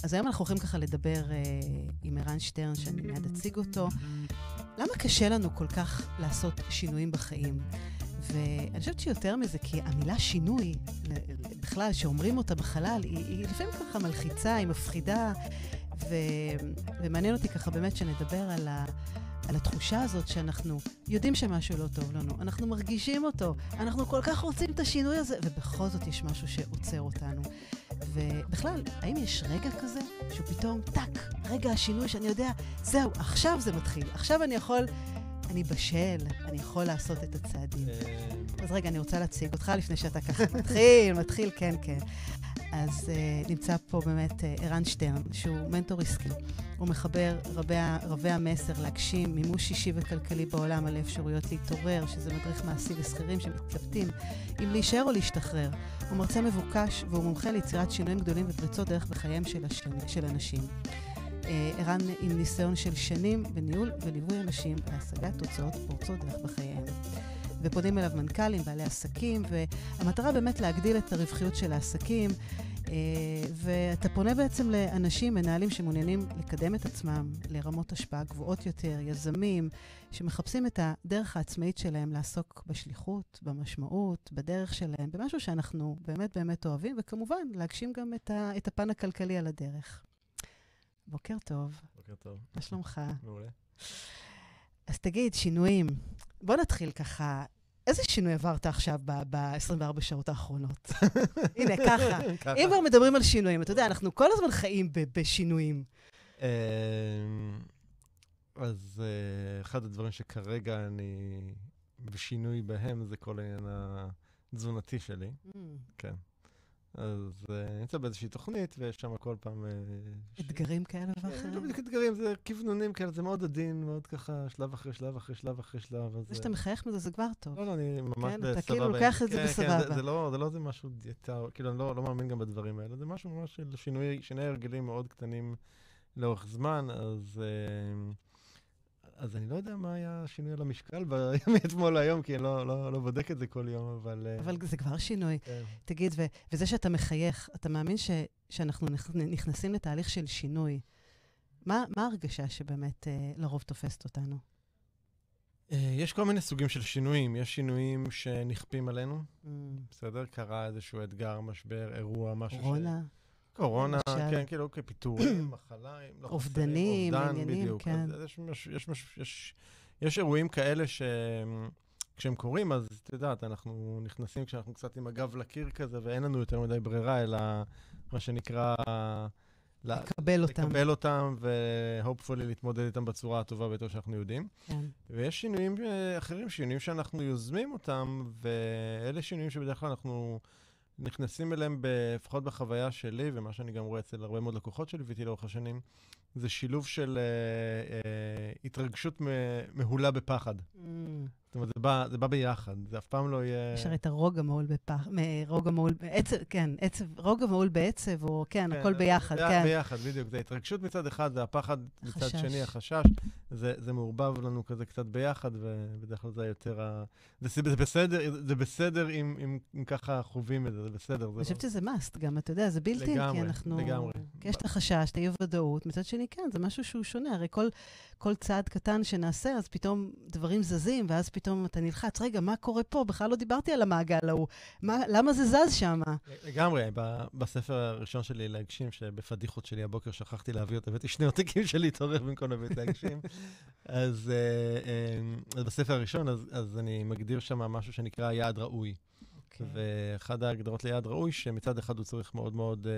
אז היום אנחנו הולכים ככה לדבר עם ערן שטרן, שאני מיד אציג אותו. למה קשה לנו כל כך לעשות שינויים בחיים? ואני חושבת שיותר מזה, כי המילה שינוי, בכלל, שאומרים אותה בחלל, היא לפעמים ככה מלחיצה, היא מפחידה, ומעניין אותי ככה באמת שנדבר על התחושה הזאת שאנחנו יודעים שמשהו לא טוב לנו, אנחנו מרגישים אותו, אנחנו כל כך רוצים את השינוי הזה, ובכל זאת יש משהו שעוצר אותנו. ובכלל, האם יש רגע כזה שהוא פתאום, טק, רגע השינוי שאני יודע, זהו, עכשיו זה מתחיל, עכשיו אני בשל, אני יכול לעשות את הצעדים. אז רגע, אני רוצה להציג אותך לפני שאתה ככה מתחיל, כן. אז נמצא פה באמת ערן שטרן, שהוא מנטור עסקי. הוא מחבר רבי המסר להגשים מימוש אישי וכלכלי בעולם על האפשרויות להתעורר, שזה מדריך מעשי וסחירים שמתלבטים אם להישאר או להשתחרר. הוא מרצה מבוקש והוא מומחה ליצירת שינויים גדולים ופריצות דרך בחייהם של אנשים. ערן עם ניסיון של שנים בניהול וליווי אנשים להשגת תוצאות פורצות דרך בחייהם. ופונים אליו מנכ"לים, בעלי עסקים, והמטרה באמת להגדיל את הרווחיות של העסקים, ואתה פונה בעצם לאנשים, מנהלים שמעוניינים לקדם את עצמם לרמות השפעה גבוהות יותר, יזמים, שמחפשים את הדרך העצמאית שלהם לעסוק בשליחות, במשמעות, בדרך שלהם, במשהו שאנחנו באמת באמת אוהבים, וכמובן להגשים גם את הפן הכלכלי על הדרך. בוקר טוב. בוקר טוב. מה שלומך? מעולה. אז תגיד, שינויים. בוא נתחיל ככה. איזה שינוי עברת עכשיו ב-24 שעות האחרונות? הנה, ככה. אם כבר מדברים על שינויים, אתה יודע, אנחנו כל הזמן חיים בשינויים. אז אחד הדברים שכרגע אני בשינוי בהם, זה כל העניין התזונתי שלי. כן. אז אני נמצא באיזושהי תוכנית, ויש שם כל פעם... אתגרים כאלה ואחרים? לא בדיוק אתגרים, זה כיוונונים כאלה, זה מאוד עדין, מאוד ככה, שלב אחרי שלב אחרי שלב אחרי שלב. זה שאתה מחייך מזה, זה כבר טוב. לא, אני ממש בסבבה. אתה כאילו לוקח את זה בסבבה. כן, זה לא זה משהו דיאטה, כאילו אני לא מאמין גם בדברים האלה, זה משהו ממש של שינוי הרגלים מאוד קטנים לאורך זמן, אז אני לא יודע מה היה השינוי על המשקל מאתמול להיום, כי אני לא בודק את זה כל יום, אבל זה כבר שינוי. כן. תגיד, וזה שאתה מחייך, אתה מאמין שאנחנו נכנסים לתהליך של שינוי. מה ההרגשה שבאמת לרוב תופסת אותנו? יש כל מיני סוגים של שינויים. יש שינויים שנכפים עלינו. בסדר? קרה איזשהו אתגר, משבר, אירוע, משהו קורונה, כן, כאילו, כפיטורים, מחלה, אובדנים, עניינים, כן. יש אירועים כאלה כשהם קורים, אז את יודעת, אנחנו נכנסים כשאנחנו קצת עם הגב לקיר כזה, ואין לנו יותר מדי ברירה, אלא מה שנקרא... לקבל אותם, והופפולי להתמודד איתם בצורה הטובה ביותר שאנחנו יודעים. ויש שינויים אחרים, שינויים שאנחנו יוזמים אותם, ואלה שינויים שבדרך כלל אנחנו... נכנסים אליהם לפחות בחוויה שלי, ומה שאני גם רואה אצל הרבה מאוד לקוחות שלי ואיתי לאורך השנים, זה שילוב של התרגשות מהולה בפחד. זאת אומרת, זה בא ביחד, זה אף פעם לא יהיה... יש הרי את הרוגע מהול בפחד, רוגע מהול בעצב, כן, רוגע מהול בעצב, או כן, הכל ביחד, כן. ביחד, בדיוק. זה התרגשות מצד אחד, זה הפחד מצד שני, החשש. זה מעורבב לנו כזה קצת ביחד, ובדרך כלל זה יותר... זה בסדר אם ככה חווים את זה, זה בסדר. אני חושבת שזה מאסט גם, אתה יודע, זה בלתי, כי אנחנו... לגמרי. יש את החשש, את האי-ודאות, מצד שני, כן, זה משהו שהוא שונה, הרי כל צעד קטן שנעשה, אז פתאום דברים זזים, ואז פתאום אתה נלחץ, רגע, מה קורה פה? בכלל לא דיברתי על המעגל ההוא. למה זה זז שם? לגמרי, בספר הראשון שלי להגשים, שבפדיחות שלי הבוקר שכחתי להביא אותה, הבאתי שני עותקים שלי להתעורר במקום להביא את להגשים. אז בספר הראשון, אז אני מגדיר שם משהו שנקרא יעד ראוי. ואחד ההגדרות ליעד ראוי, שמצד אחד הוא צריך מאוד מאוד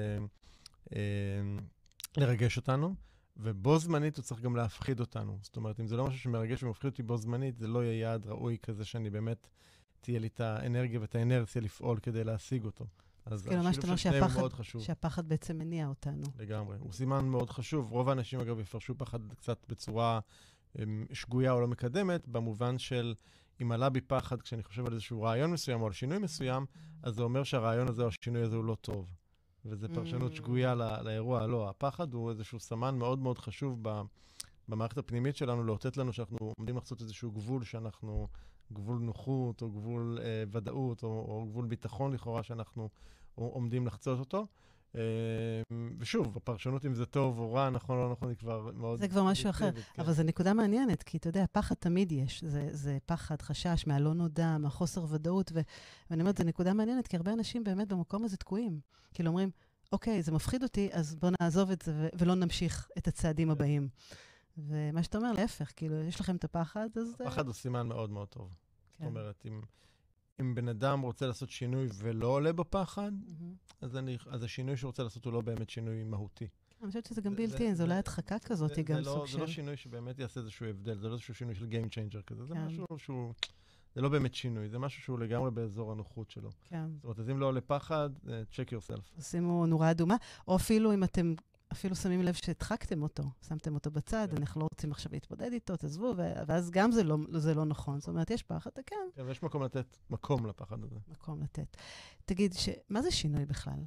לרגש אותנו, ובו זמנית הוא צריך גם להפחיד אותנו. זאת אומרת, אם זה לא משהו שמרגש ומפחיד אותי בו זמנית, זה לא יהיה יעד ראוי כזה שאני באמת תהיה לי את האנרגיה ואת האנרציה לפעול כדי להשיג אותו. אז כאילו מה שאתה אומר שהפחד בעצם מניע אותנו. לגמרי. הוא סימן מאוד חשוב. רוב האנשים אגב יפרשו פחד קצת בצורה שגויה או לא מקדמת, במובן של אם עלה בי פחד כשאני חושב על איזשהו רעיון מסוים או על שינוי מסוים, אז זה אומר שהרעיון הזה או השינוי הזה הוא לא טוב. וזה פרשנות שגויה לאירוע. לא, הפחד הוא איזשהו סמן מאוד מאוד חשוב במערכת הפנימית שלנו, לאותת לנו שאנחנו עומדים לחצות איזשהו גבול שאנחנו, גבול נוחות או גבול ודאות או גבול ביטחון לכאורה שאנחנו עומדים לחצות אותו. ושוב, הפרשנות אם זה טוב או רע, נכון או לא נכון, היא כבר מאוד... זה כבר משהו אחר. כן. אבל זו נקודה מעניינת, כי אתה יודע, פחד תמיד יש. זה פחד, חשש, מהלא נודע, מהחוסר ודאות, ואני אומרת, זו נקודה מעניינת, כי הרבה אנשים באמת במקום הזה תקועים. כאילו אומרים, אוקיי, זה מפחיד אותי, אז בוא נעזוב את זה ולא נמשיך את הצעדים הבאים. ומה שאתה אומר, להפך, כאילו, יש לכם את הפחד, אז... הפחד הוא סימן מאוד מאוד טוב. זאת אומרת, אם בן אדם רוצה לעשות שינוי ולא עולה בפחד, אז השינוי שהוא רוצה לעשות הוא לא באמת שינוי מהותי. אני חושבת שזה גם בלתי, זו אולי הדחקה כזאת, גם סוג של... זה לא שינוי שבאמת יעשה איזשהו הבדל, זה לא איזשהו שינוי של Game Changer כזה, זה משהו שהוא... זה לא באמת שינוי, זה משהו שהוא לגמרי באזור הנוחות שלו. כן. זאת אומרת, אז אם לא עולה פחד, check yourself. שימו נורה אדומה, או אפילו אם אתם אפילו שמים לב שהדחקתם אותו, שמתם אותו בצד, אנחנו לא רוצים עכשיו להתמודד איתו, תעזבו, ואז גם זה לא נכון. זאת אומרת, יש פחד, כן. כן, ויש מקום לתת, מקום לפחד הזה. מקום לתת. תגיד, מה זה שינוי בכלל?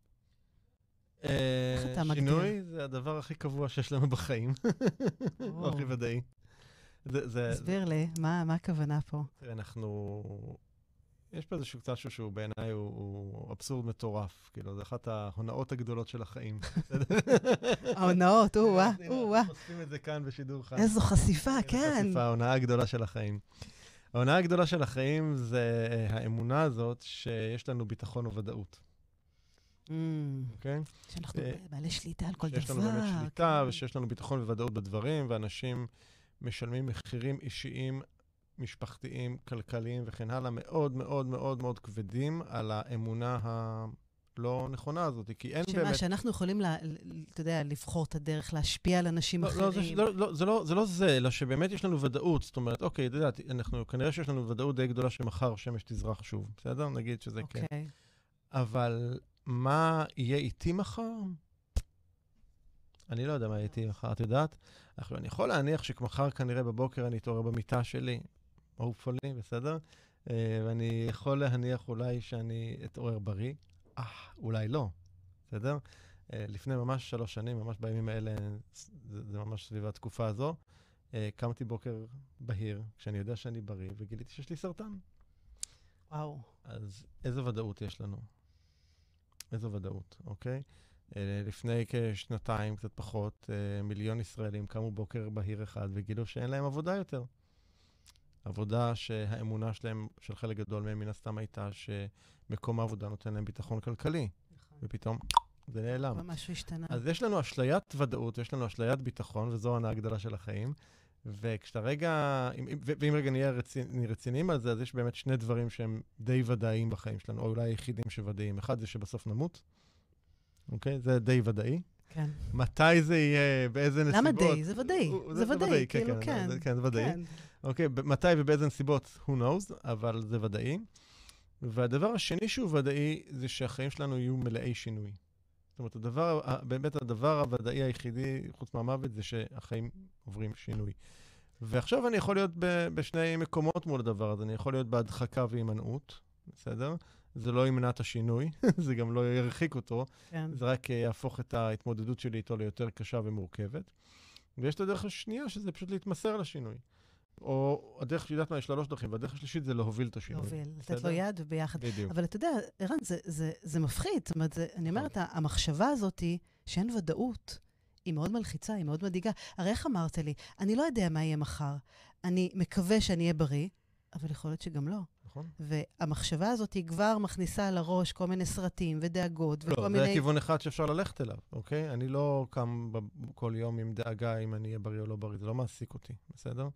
איך אתה מגדיר? שינוי זה הדבר הכי קבוע שיש לנו בחיים. או הכי ודאי. תסביר לי, מה הכוונה פה? יש פה איזשהו קצת שהוא בעיניי הוא אבסורד מטורף. כאילו, זה אחת ההונאות הגדולות של החיים. ההונאות, או-אה. אנחנו חושפים את זה כאן בשידור חי. איזו חשיפה, כן. חשיפה, ההונאה הגדולה של החיים. ההונאה הגדולה של החיים זה האמונה הזאת שיש לנו ביטחון וודאות. אוקיי? שאנחנו בעלי שליטה על כל דבר. שיש לנו באמת שליטה, ושיש לנו ביטחון וודאות בדברים, ואנשים משלמים מחירים אישיים, משפחתיים, כלכליים וכן הלאה, מאוד מאוד מאוד מאוד כבדים על האמונה הלא נכונה הזאת, כי אין באמת... שאנחנו יכולים, אתה יודע, לבחור את הדרך, להשפיע על אנשים אחרים. זה לא זה, אלא שבאמת יש לנו ודאות, זאת אומרת, אוקיי, אתה יודע, כנראה שיש לנו ודאות די גדולה שמחר שמש תזרח שוב, בסדר? נגיד שזה כן. אבל מה יהיה איתי מחר? אני לא יודע מה יהיה איתי מחר, את יודעת? אני יכול להניח שמחר כנראה בבוקר אני אתעורר במיטה שלי, hopefully, בסדר? ואני יכול להניח אולי שאני אתעורר בריא, אולי לא, בסדר? לפני ממש 3 שנים, ממש בימים האלה, זה ממש סביב התקופה הזו, קמתי בוקר בהיר, כשאני יודע שאני בריא, וגיליתי שיש לי סרטן. וואו. אז איזו ודאות יש לנו? איזו ודאות, אוקיי? לפני כשנתיים, קצת פחות, 1,000,000 ישראלים קמו בוקר בהיר אחד וגילו שאין להם עבודה יותר. עבודה שהאמונה שלהם, של חלק גדול מהם מן הסתם הייתה שמקום העבודה נותן להם ביטחון כלכלי. ופתאום זה נעלם. משהו השתנה. אז יש לנו אשליית ודאות, יש לנו אשליית ביטחון, וזו ההונאה הגדולה של החיים. וכשאתה רגע, ואם רגע נהיה רציניים על זה, אז יש באמת 2 דברים שהם די ודאיים בחיים שלנו, או אולי היחידים שוודאיים. אחד זה שבסוף נמות. אוקיי? זה די ודאי. כן. מתי זה יהיה, באיזה נסיבות? למה די? זה ודאי. זה ודאי, כאילו, כן. כן, זה ודאי. אוקיי, מתי ובאיזה נסיבות? Who knows? אבל זה ודאי. והדבר השני שהוא ודאי, זה שהחיים שלנו יהיו מלאי שינוי. זאת אומרת, באמת הדבר הוודאי היחידי, חוץ מהמוות, זה שהחיים עוברים שינוי. ועכשיו אני יכול להיות בשני מקומות מול הדבר הזה. אני יכול להיות בהדחקה והימנעות, בסדר? זה לא ימנע את השינוי, זה גם לא ירחיק אותו, כן. זה רק יהפוך את ההתמודדות שלי איתו ליותר קשה ומורכבת. ויש את הדרך השנייה, שזה פשוט להתמסר לשינוי. או הדרך שידעת מה, יש 3 דרכים, והדרך השלישית זה להוביל את השינוי. להוביל, לתת לו יד וביחד. בדיוק. אבל אתה יודע, ערן, זה מפחיד. זאת אומרת, אני אומרת, המחשבה הזאת היא שאין ודאות, היא מאוד מלחיצה, היא מאוד מדאיגה. הרי איך אמרת לי, אני לא יודע מה יהיה מחר. אני מקווה שאני אהיה בריא, אבל יכול להיות שגם לא. נכון. והמחשבה הזאת היא כבר מכניסה לראש כל מיני סרטים ודאגות וכל מיני... לא, זה הכיוון אחד שאפשר ללכת אליו, אוקיי? אני לא קם כל יום עם דאגה אם אני אהיה בריא או לא בריא, זה לא מעסיק אותי, בסדר?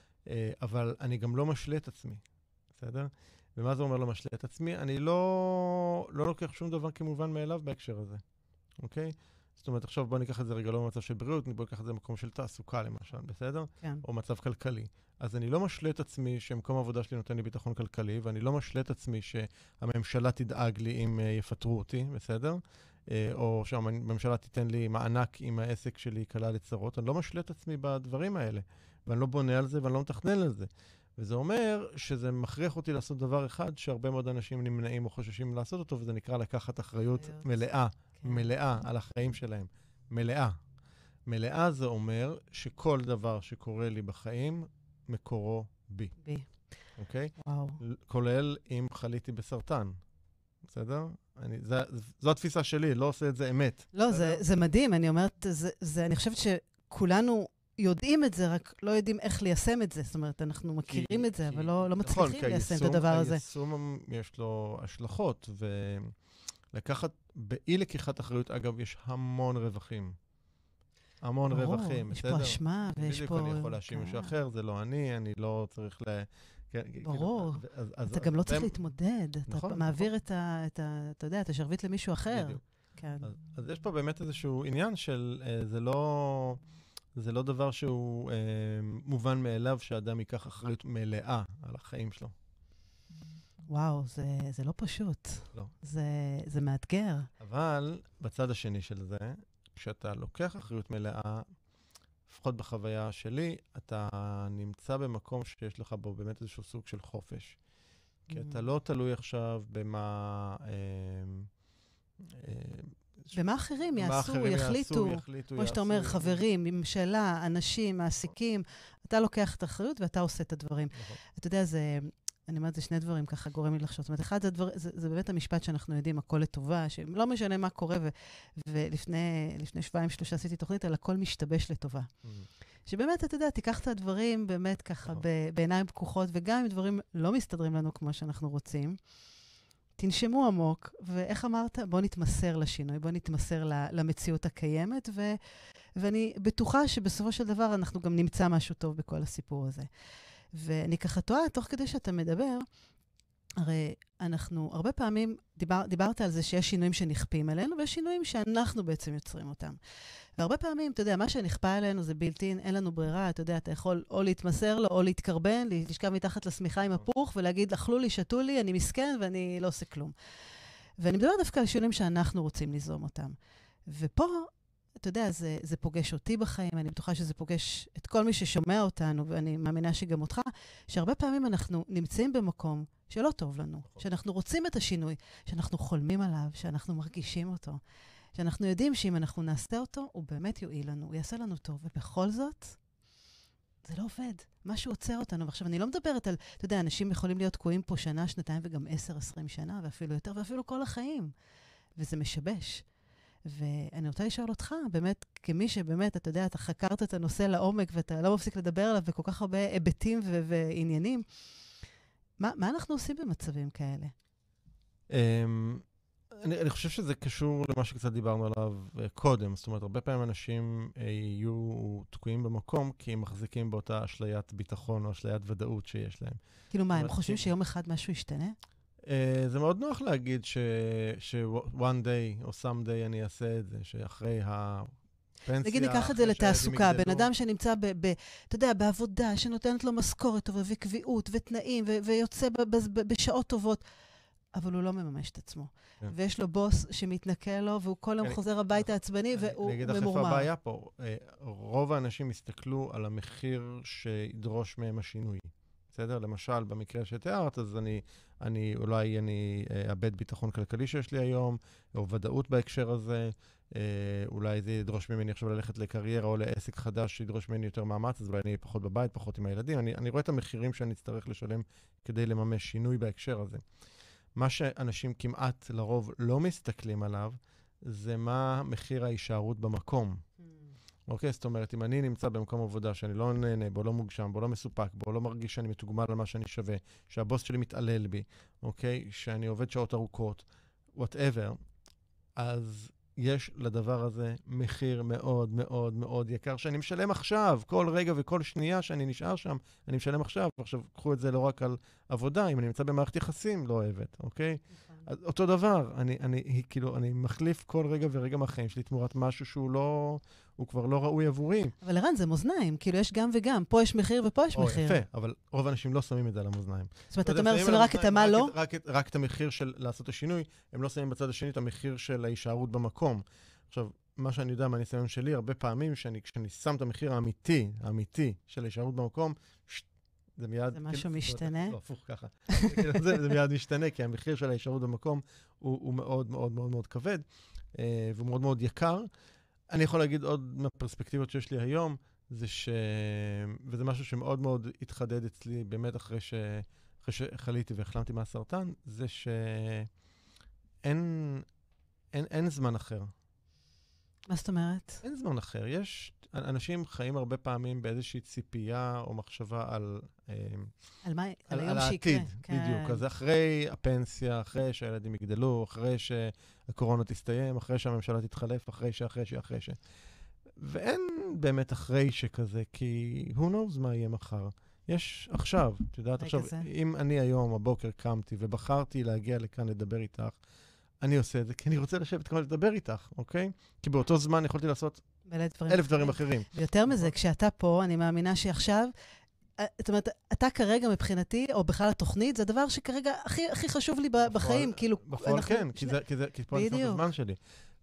אבל אני גם לא משלה את עצמי, בסדר? ומה זה אומר לא משלה את עצמי? אני לא לוקח שום דבר כמובן מאליו בהקשר הזה, אוקיי? זאת אומרת, עכשיו בוא ניקח את זה רגע לא במצב של בריאות, בוא ניקח את זה במקום של תעסוקה למשל, בסדר? כן. או מצב כלכלי. אז אני לא משלה את עצמי שמקום העבודה שלי נותן לי ביטחון כלכלי, ואני לא משלה את עצמי שהממשלה תדאג לי אם יפטרו אותי, בסדר? או שהממשלה תיתן לי מענק אם העסק שלי יקלה לצרות. אני לא משלה את עצמי בדברים האלה, ואני לא בונה על זה ואני לא מתכנן על זה. וזה אומר שזה מכריח אותי לעשות דבר אחד שהרבה מאוד אנשים נמנעים או חוששים לעשות אותו, וזה נקרא לקחת אחריות מלאה, מלאה על החיים שלהם. מלאה. מלאה זה אומר שכל דבר שקורה לי בחיים, מקורו בי. בי. אוקיי? וואו. כולל אם חליתי בסרטן. בסדר? זו התפיסה שלי, לא עושה את זה אמת. לא, זה מדהים, אני אומרת, אני חושבת שכולנו יודעים את זה, רק לא יודעים איך ליישם את זה. זאת אומרת, אנחנו מכירים את זה, אבל לא מצליחים ליישם את הדבר הזה. היישום יש לו השלכות, באי לקיחת אחריות, אגב, יש המון רווחים. המון רווחים, בסדר? יש פה אשמה ויש פה... בדיוק אני יכול להאשים מישהו אחר, זה לא אני לא צריך ברור. אתה גם לא צריך להתמודד. אתה מעביר אתה יודע, את השרביט למישהו אחר. בדיוק. אז יש פה באמת איזשהו עניין של, זה לא דבר שהוא מובן מאליו שהאדם ייקח אחריות מלאה על החיים שלו. וואו, זה לא פשוט. לא. זה מאתגר. אבל בצד השני של זה, כשאתה לוקח אחריות מלאה, לפחות בחוויה שלי, אתה נמצא במקום שיש לך בו באמת איזשהו סוג של חופש. כי אתה לא תלוי עכשיו במה... במה אחרים יעשו, יחליטו. כמו שאתה אומר, חברים, ממשלה, אנשים, מעסיקים. אתה לוקח את האחריות ואתה עושה את הדברים. אתה יודע, אני אומרת, זה שני דברים ככה גורם לי לחשוב. זאת אומרת, אחד, זה באמת המשפט שאנחנו יודעים, הכל לטובה, שלא משנה מה קורה, ולפני 2-3 עשיתי תוכנית, על הכל משתבש לטובה. שבאמת, אתה יודע, תיקח את הדברים באמת ככה בעיניים פקוחות, וגם אם דברים לא מסתדרים לנו כמו שאנחנו רוצים, תנשמו עמוק, ואיך אמרת? בוא נתמסר לשינוי, בוא נתמסר למציאות הקיימת, ואני בטוחה שבסופו של דבר אנחנו גם נמצא משהו טוב בכל הסיפור הזה. ואני ככה טועה, תוך כדי שאתה מדבר, הרי אנחנו הרבה פעמים, דיברת על זה שיש שינויים שנכפים עלינו, ויש שינויים שאנחנו בעצם יוצרים אותם. והרבה פעמים, אתה יודע, מה שנכפה עלינו זה בלתי, אין לנו ברירה, אתה יודע, אתה יכול או להתמסר לו, או להתקרבן, לשכב מתחת לשמיכה עם הפוך, ולהגיד, אכלו לי, שתו לי, אני מסכן, ואני לא עושה כלום. ואני מדבר דווקא על שינויים שאנחנו רוצים ליזום אותם. ופה, אתה יודע, זה פוגש אותי בחיים, אני בטוחה שזה פוגש את כל מי ששומע אותנו, ואני מאמינה שגם אותך, שהרבה פעמים אנחנו נמצאים במקום שלא טוב לנו, שאנחנו רוצים את השינוי, שאנחנו חולמים עליו, שאנחנו מרגישים אותו, שאנחנו יודעים שאם אנחנו נעשה אותו, הוא באמת יועיל לנו, הוא יעשה לנו טוב, ובכל זאת, זה לא עובד. משהו עוצר אותנו. ועכשיו, אני לא מדברת על, אתה יודע, אנשים יכולים להיות תקועים פה שנה, שנתיים, וגם 10-20 שנה, ואפילו יותר, ואפילו כל החיים. וזה משבש. ואני רוצה לשאול אותך, באמת, כמי שבאמת, אתה יודע, אתה חקרת את הנושא לעומק, ואתה לא מפסיק לדבר עליו בכל כך הרבה היבטים ועניינים, מה אנחנו עושים במצבים כאלה? אני חושב שזה קשור למה שקצת דיברנו עליו קודם. זאת אומרת, הרבה פעמים אנשים יהיו תקועים במקום, כי הם מחזיקים באותה אשליית ביטחון או אשליית ודאות שיש להם. כאילו מה, הם חושבים שיום אחד משהו ישתנה? זה מאוד נוח להגיד ש-one day או someday אני אעשה את זה, שאחרי הפנסיה... נגיד, ניקח את זה לתעסוקה, בן אדם שנמצא, אתה יודע, בעבודה, שנותנת לו משכורת טובה וקביעות ותנאים, ויוצא בשעות טובות, אבל הוא לא מממש את עצמו. ויש לו בוס שמתנכל לו, והוא כל יום חוזר הביתה עצבני, והוא ממורמר. נגיד לך איפה הבעיה פה. רוב האנשים הסתכלו על המחיר שידרוש מהם השינוי. בסדר? למשל, במקרה שתיארת, אז אולי אני אאבד ביטחון כלכלי שיש לי היום, או ודאות בהקשר הזה, אולי זה ידרוש ממני עכשיו ללכת לקריירה או לעסק חדש שידרוש ממני יותר מאמץ, אז אולי אני פחות בבית, פחות עם הילדים. אני רואה את המחירים שאני אצטרך לשלם כדי לממש שינוי בהקשר הזה. מה שאנשים כמעט לרוב לא מסתכלים עליו, זה מה מחיר ההישארות במקום. אוקיי? זאת אומרת, אם אני נמצא במקום עבודה שאני לא נהנה, בו לא מוגשם, בו לא מסופק, בו לא מרגיש שאני מתוגמל על מה שאני שווה, שהבוס שלי מתעלל בי, אוקיי? שאני עובד שעות ארוכות, whatever, אז יש לדבר הזה מחיר מאוד מאוד מאוד יקר, שאני משלם עכשיו, כל רגע וכל שנייה שאני נשאר שם, אני משלם עכשיו. עכשיו, קחו את זה לא רק על עבודה, אם אני נמצא במערכת יחסים, לא אוהבת, אוקיי? אז אותו דבר, אני מחליף כל רגע ורגע מהחיים שלי תמורת משהו הוא כבר לא ראוי עבורי. אבל ערן, זה מאזניים, כאילו יש גם וגם, פה יש מחיר ופה יש מחיר. יפה, אבל רוב האנשים לא שמים את זה על המאזניים. זאת אומרת, אתה אומר, זה רק את מה לא? רק את המחיר של לעשות השינוי, הם לא שמים בצד השני את המחיר של ההישארות במקום. עכשיו, מה שאני יודע מהניסיון שלי, הרבה פעמים כשאני שם את המחיר האמיתי של ההישארות במקום, זה מיד... זה משהו משתנה? לא, הפוך ככה. זה מיד משתנה, כי המחיר של ההישארות במקום הוא מאוד מאוד מאוד מאוד כבד, והוא מאוד מאוד יקר. אני יכול להגיד עוד מהפרספקטיבות שיש לי היום, וזה משהו שמאוד מאוד התחדד אצלי באמת אחרי שחליתי והחלמתי מהסרטן, זה אין זמן אחר. מה זאת אומרת? אין זמן אחר. אנשים חיים הרבה פעמים באיזושהי ציפייה או מחשבה על על העתיד, בדיוק. אז אחרי הפנסיה, אחרי שהילדים יגדלו, אחרי שהקורונה תסתיים, אחרי שהממשלה תתחלף, אחרי ש... ואין באמת אחרי שכזה, כי who knows מה יהיה מחר. יש עכשיו, את יודעת, עכשיו, אם אני היום, הבוקר קמתי ובחרתי להגיע לכאן לדבר איתך, אני עושה את זה, כי אני רוצה לשבת כאן לדבר איתך, אוקיי? כי באותו זמן יכולתי לעשות 1,000 דברים אחרים. ויותר מזה, כשאתה פה, אני מאמינה שעכשיו, זאת אומרת, אתה כרגע מבחינתי, או בכלל התוכנית, זה הדבר שכרגע הכי חשוב לי בחיים, כאילו... בפועל כן, כי פה אני שם את הזמן שלי.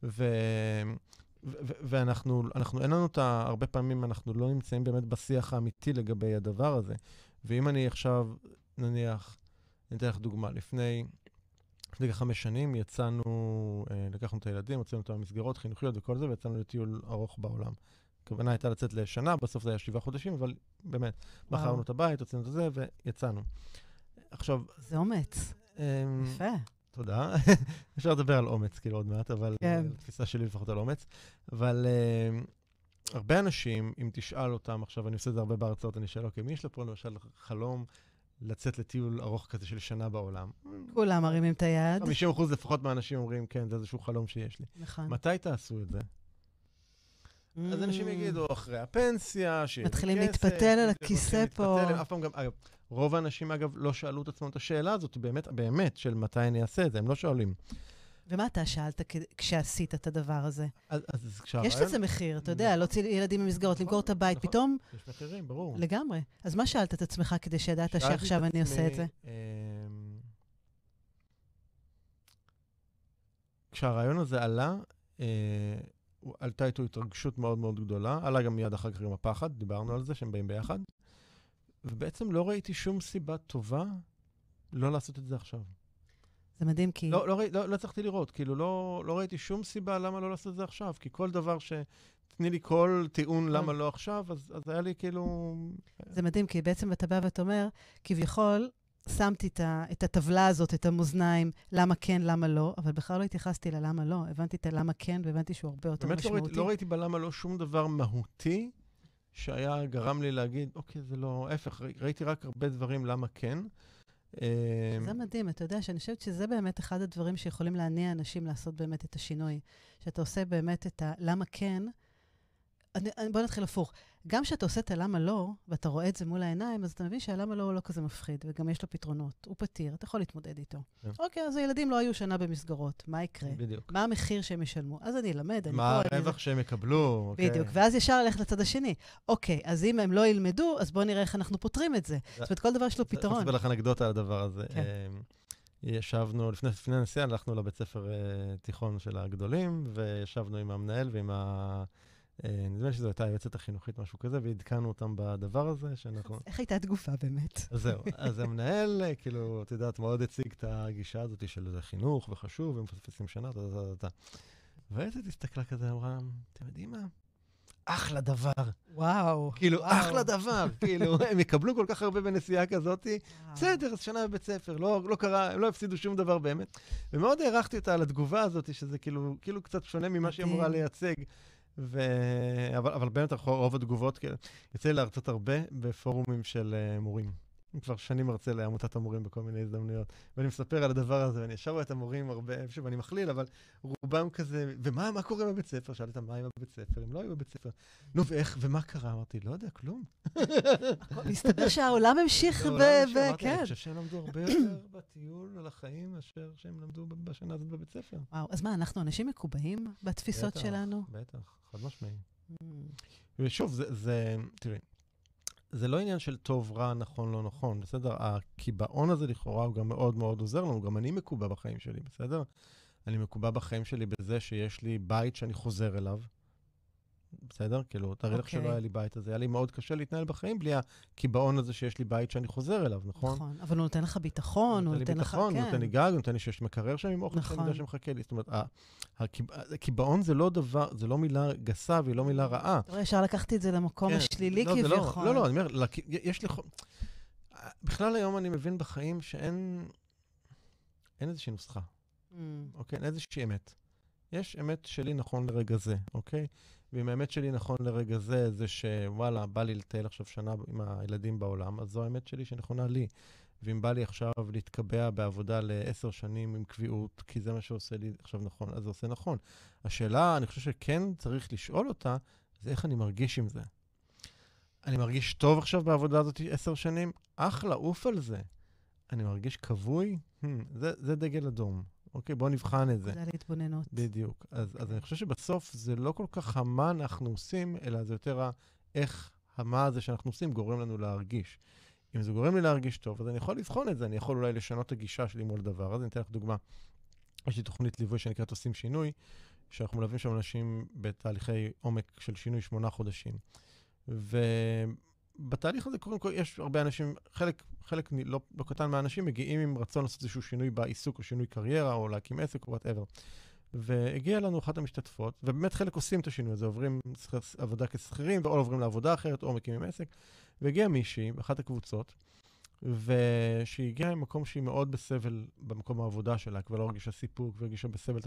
ואנחנו, אין לנו הרבה פעמים, אנחנו לא נמצאים באמת בשיח האמיתי לגבי הדבר הזה. ואם אני עכשיו, נניח, אני אתן לך דוגמה, לפני 5 שנים יצאנו, לקחנו את הילדים, הוצאנו אותם במסגרות חינוכיות וכל זה, ויצאנו לטיול ארוך בעולם. הכוונה הייתה לצאת לשנה, בסוף זה היה 7 חודשים, אבל באמת, מכרנו את הבית, הוצאנו את זה, ויצאנו. עכשיו... זה אומץ. יפה. תודה. אפשר לדבר על אומץ, כאילו עוד מעט, אבל התפיסה שלי לפחות על אומץ. אבל הרבה אנשים, אם תשאל אותם, עכשיו אני עושה את זה הרבה בהרצאות, אני אשאל, אוקיי, מי יש לו פה למשל חלום לצאת לטיול ארוך כזה של שנה בעולם? כולם מרימים את היד. 50% לפחות מהאנשים אומרים, כן, זה איזשהו חלום שיש לי. נכון. מתי תעשו את זה? אז אנשים יגידו, אחרי הפנסיה, מתחילים להתפתל על הכיסא פה. אף פעם גם, אגב, רוב האנשים, אגב, לא שאלו את עצמם את השאלה הזאת, באמת, של מתי אני אעשה את זה, הם לא שואלים. ומה אתה שאלת כשעשית את הדבר הזה? אז יש לזה מחיר, אתה יודע, להוציא ילדים ממסגרות, למכור את הבית, פתאום... יש מחירים, ברור. לגמרי. אז מה שאלת את עצמך כדי שידעת שעכשיו אני עושה את זה? כשהרעיון הזה עלה, עלתה איתו התרגשות מאוד מאוד גדולה, עלה גם מיד אחר כך עם הפחד, דיברנו על זה, שהם באים ביחד, ובעצם לא ראיתי שום סיבה טובה לא לעשות את זה עכשיו. זה מדהים כי... לא צריכתי לראות, כאילו לא ראיתי שום סיבה למה לא לעשות את זה עכשיו, כי כל דבר תני לי כל טיעון למה לא עכשיו, אז היה לי כאילו... זה מדהים, כי בעצם אתה בא ואתה אומר, כביכול, שמתי את הטבלה הזאת, את המאזניים, למה כן, למה לא, אבל בכלל לא התייחסתי ללמה לא. הבנתי את הלמה כן, והבנתי שהוא הרבה יותר משמעותי. באמת לא ראיתי בלמה לא שום דבר מהותי, שהיה גרם לי להגיד, אוקיי, זה לא הפך, ראיתי רק הרבה דברים למה כן. זה מדהים, אתה יודע שאני חושבת שזה באמת אחד הדברים שיכולים להניע אנשים לעשות באמת את השינוי. שאתה עושה באמת את הלמה כן, בוא נתחיל הפוך. גם כשאתה עושה את הלמה לא, ואתה רואה את זה מול העיניים, אז אתה מבין שהלמה לא הוא לא כזה מפחיד, וגם יש לו פתרונות. הוא פתיר, אתה יכול להתמודד איתו. אוקיי, אז הילדים לא היו שנה במסגרות. מה יקרה? בדיוק. מה המחיר שהם ישלמו? אז אני אלמד, אני פה... מה הרווח שהם יקבלו? בדיוק, ואז ישר ללכת לצד השני. אוקיי, אז אם הם לא ילמדו, אז בואו נראה איך אנחנו פותרים את זה. זאת אומרת, כל דבר יש לו פתרון. אני אספר לך אנקדוטה על הדבר הזה. ישבנו, לפני הנסיעה, הלכנו לבית ספר תיכון של הגדולים, וישבנו עם המנהל ועם נדמה לי שזו הייתה היועצת החינוכית, משהו כזה, והדכנו אותם בדבר הזה, שאנחנו... איך הייתה התגופה באמת? אז זהו. אז המנהל, כאילו, את יודעת, מאוד הציג את הגישה הזאת של חינוך וחשוב, ומפספסים שנה, והיועצת הסתכלה כזה, אמרה, אתם יודעים מה? אחלה דבר. וואו. כאילו, אחלה דבר. כאילו, הם יקבלו כל כך הרבה בנסיעה כזאת, בסדר, אז שנה בבית ספר, לא קרה, הם לא הפסידו שום דבר באמת. ומאוד הערכתי אותה על התגובה הזאת, שזה כאילו קצת שונה ממה שהיא אמורה לייצג. אבל באמת רוב התגובות, יוצא לי להרצות הרבה בפורומים של מורים. אני כבר שנים מרצה לעמותת המורים בכל מיני הזדמנויות, ואני מספר על הדבר הזה, ואני ישר רואה את המורים הרבה, שוב, אני מכליל, אבל רובם כזה, ומה קורה בבית ספר? שאלתי אותם, מה עם בבית ספר? הם לא היו בבית ספר. נו, ואיך, ומה קרה? אמרתי, לא יודע, כלום. מסתבר שהעולם המשיך כן. אני חושב שהם למדו הרבה יותר בטיול על החיים, מאשר שהם למדו בשנה הזאת בבית ספר. וואו, אז מה, אנחנו אנשים מקובעים בתפיסות שלנו? בטח, חד משמעי. ושוב, תראי, זה לא עניין של טוב, רע, נכון, לא נכון, בסדר? הקיבעון הזה לכאורה הוא גם מאוד מאוד עוזר לנו, גם אני מקובע בחיים שלי, בסדר? אני מקובע בחיים שלי בזה שיש לי בית שאני חוזר אליו, בסדר? כאילו, תראי לך שלא היה לי בית הזה, היה לי מאוד קשה להתנהל בחיים בלי הקיבעון הזה שיש לי בית שאני חוזר אליו, נכון? נכון, אבל הוא נותן לך ביטחון, הוא נותן לך, כן. הוא נותן לי גג, הוא נותן לי שיש מקרר שם עם אוכל שאני יודע שמחכה לי. זאת אומרת, הקיבעון זה לא דבר, זה לא מילה גסה והיא לא מילה רעה. אתה רואה, אפשר לקחתי את זה למקום השלילי כביכול. לא, אני אומר, יש לי... בכלל היום אני מבין בחיים שאין איזושהי נוסחה. אוקיי? איזושהי אמת. יש אמת שלי נכון לרגע זה, אוקיי? ואם האמת שלי נכון לרגע זה, זה שוואלה, בא לי לטייל עכשיו שנה עם הילדים בעולם, אז זו האמת שלי שנכונה לי. ואם בא לי עכשיו להתקבע בעבודה ל10 שנים עם קביעות, כי זה מה שעושה לי עכשיו נכון, אז זה עושה נכון. השאלה, אני חושב שכן צריך לשאול אותה, זה איך אני מרגיש עם זה. אני מרגיש טוב עכשיו בעבודה הזאת 10 שנים? אחלה, עוף על זה. אני מרגיש כבוי? זה דגל אדום. אוקיי, בואו נבחן את זה. זה להתבוננות. בדיוק. אז אני חושב שבסוף זה לא כל כך מה אנחנו עושים, אלא זה יותר איך מה הזה שאנחנו עושים גורם לנו להרגיש. אם זה גורם לי להרגיש טוב, אז אני יכול לבחון את זה, אני יכול אולי לשנות את הגישה שלי מול דבר. אז אני אתן לך דוגמה. יש לי תוכנית ליווי שנקראת עושים שינוי, שאנחנו מלווים שם אנשים בתהליכי עומק של שינוי 8 חודשים. ובתהליך הזה, קודם כל, יש הרבה אנשים, חלק לא קטן מהאנשים מגיעים עם רצון לעשות איזשהו שינוי בעיסוק, או שינוי קריירה, או להקים עסק, או whatever. והגיע לנו אחת המשתתפות, ובאמת חלק עושים את השינוי הזה, עוברים עבודה כשכירים, או עוברים לעבודה אחרת, או מקימים עסק. והגיעה מישהי, באחת הקבוצות, ושהיא הגיעה ממקום שהיא מאוד בסבל במקום העבודה שלה, כבר לא הרגישה סיפוק, והרגישה בסבל,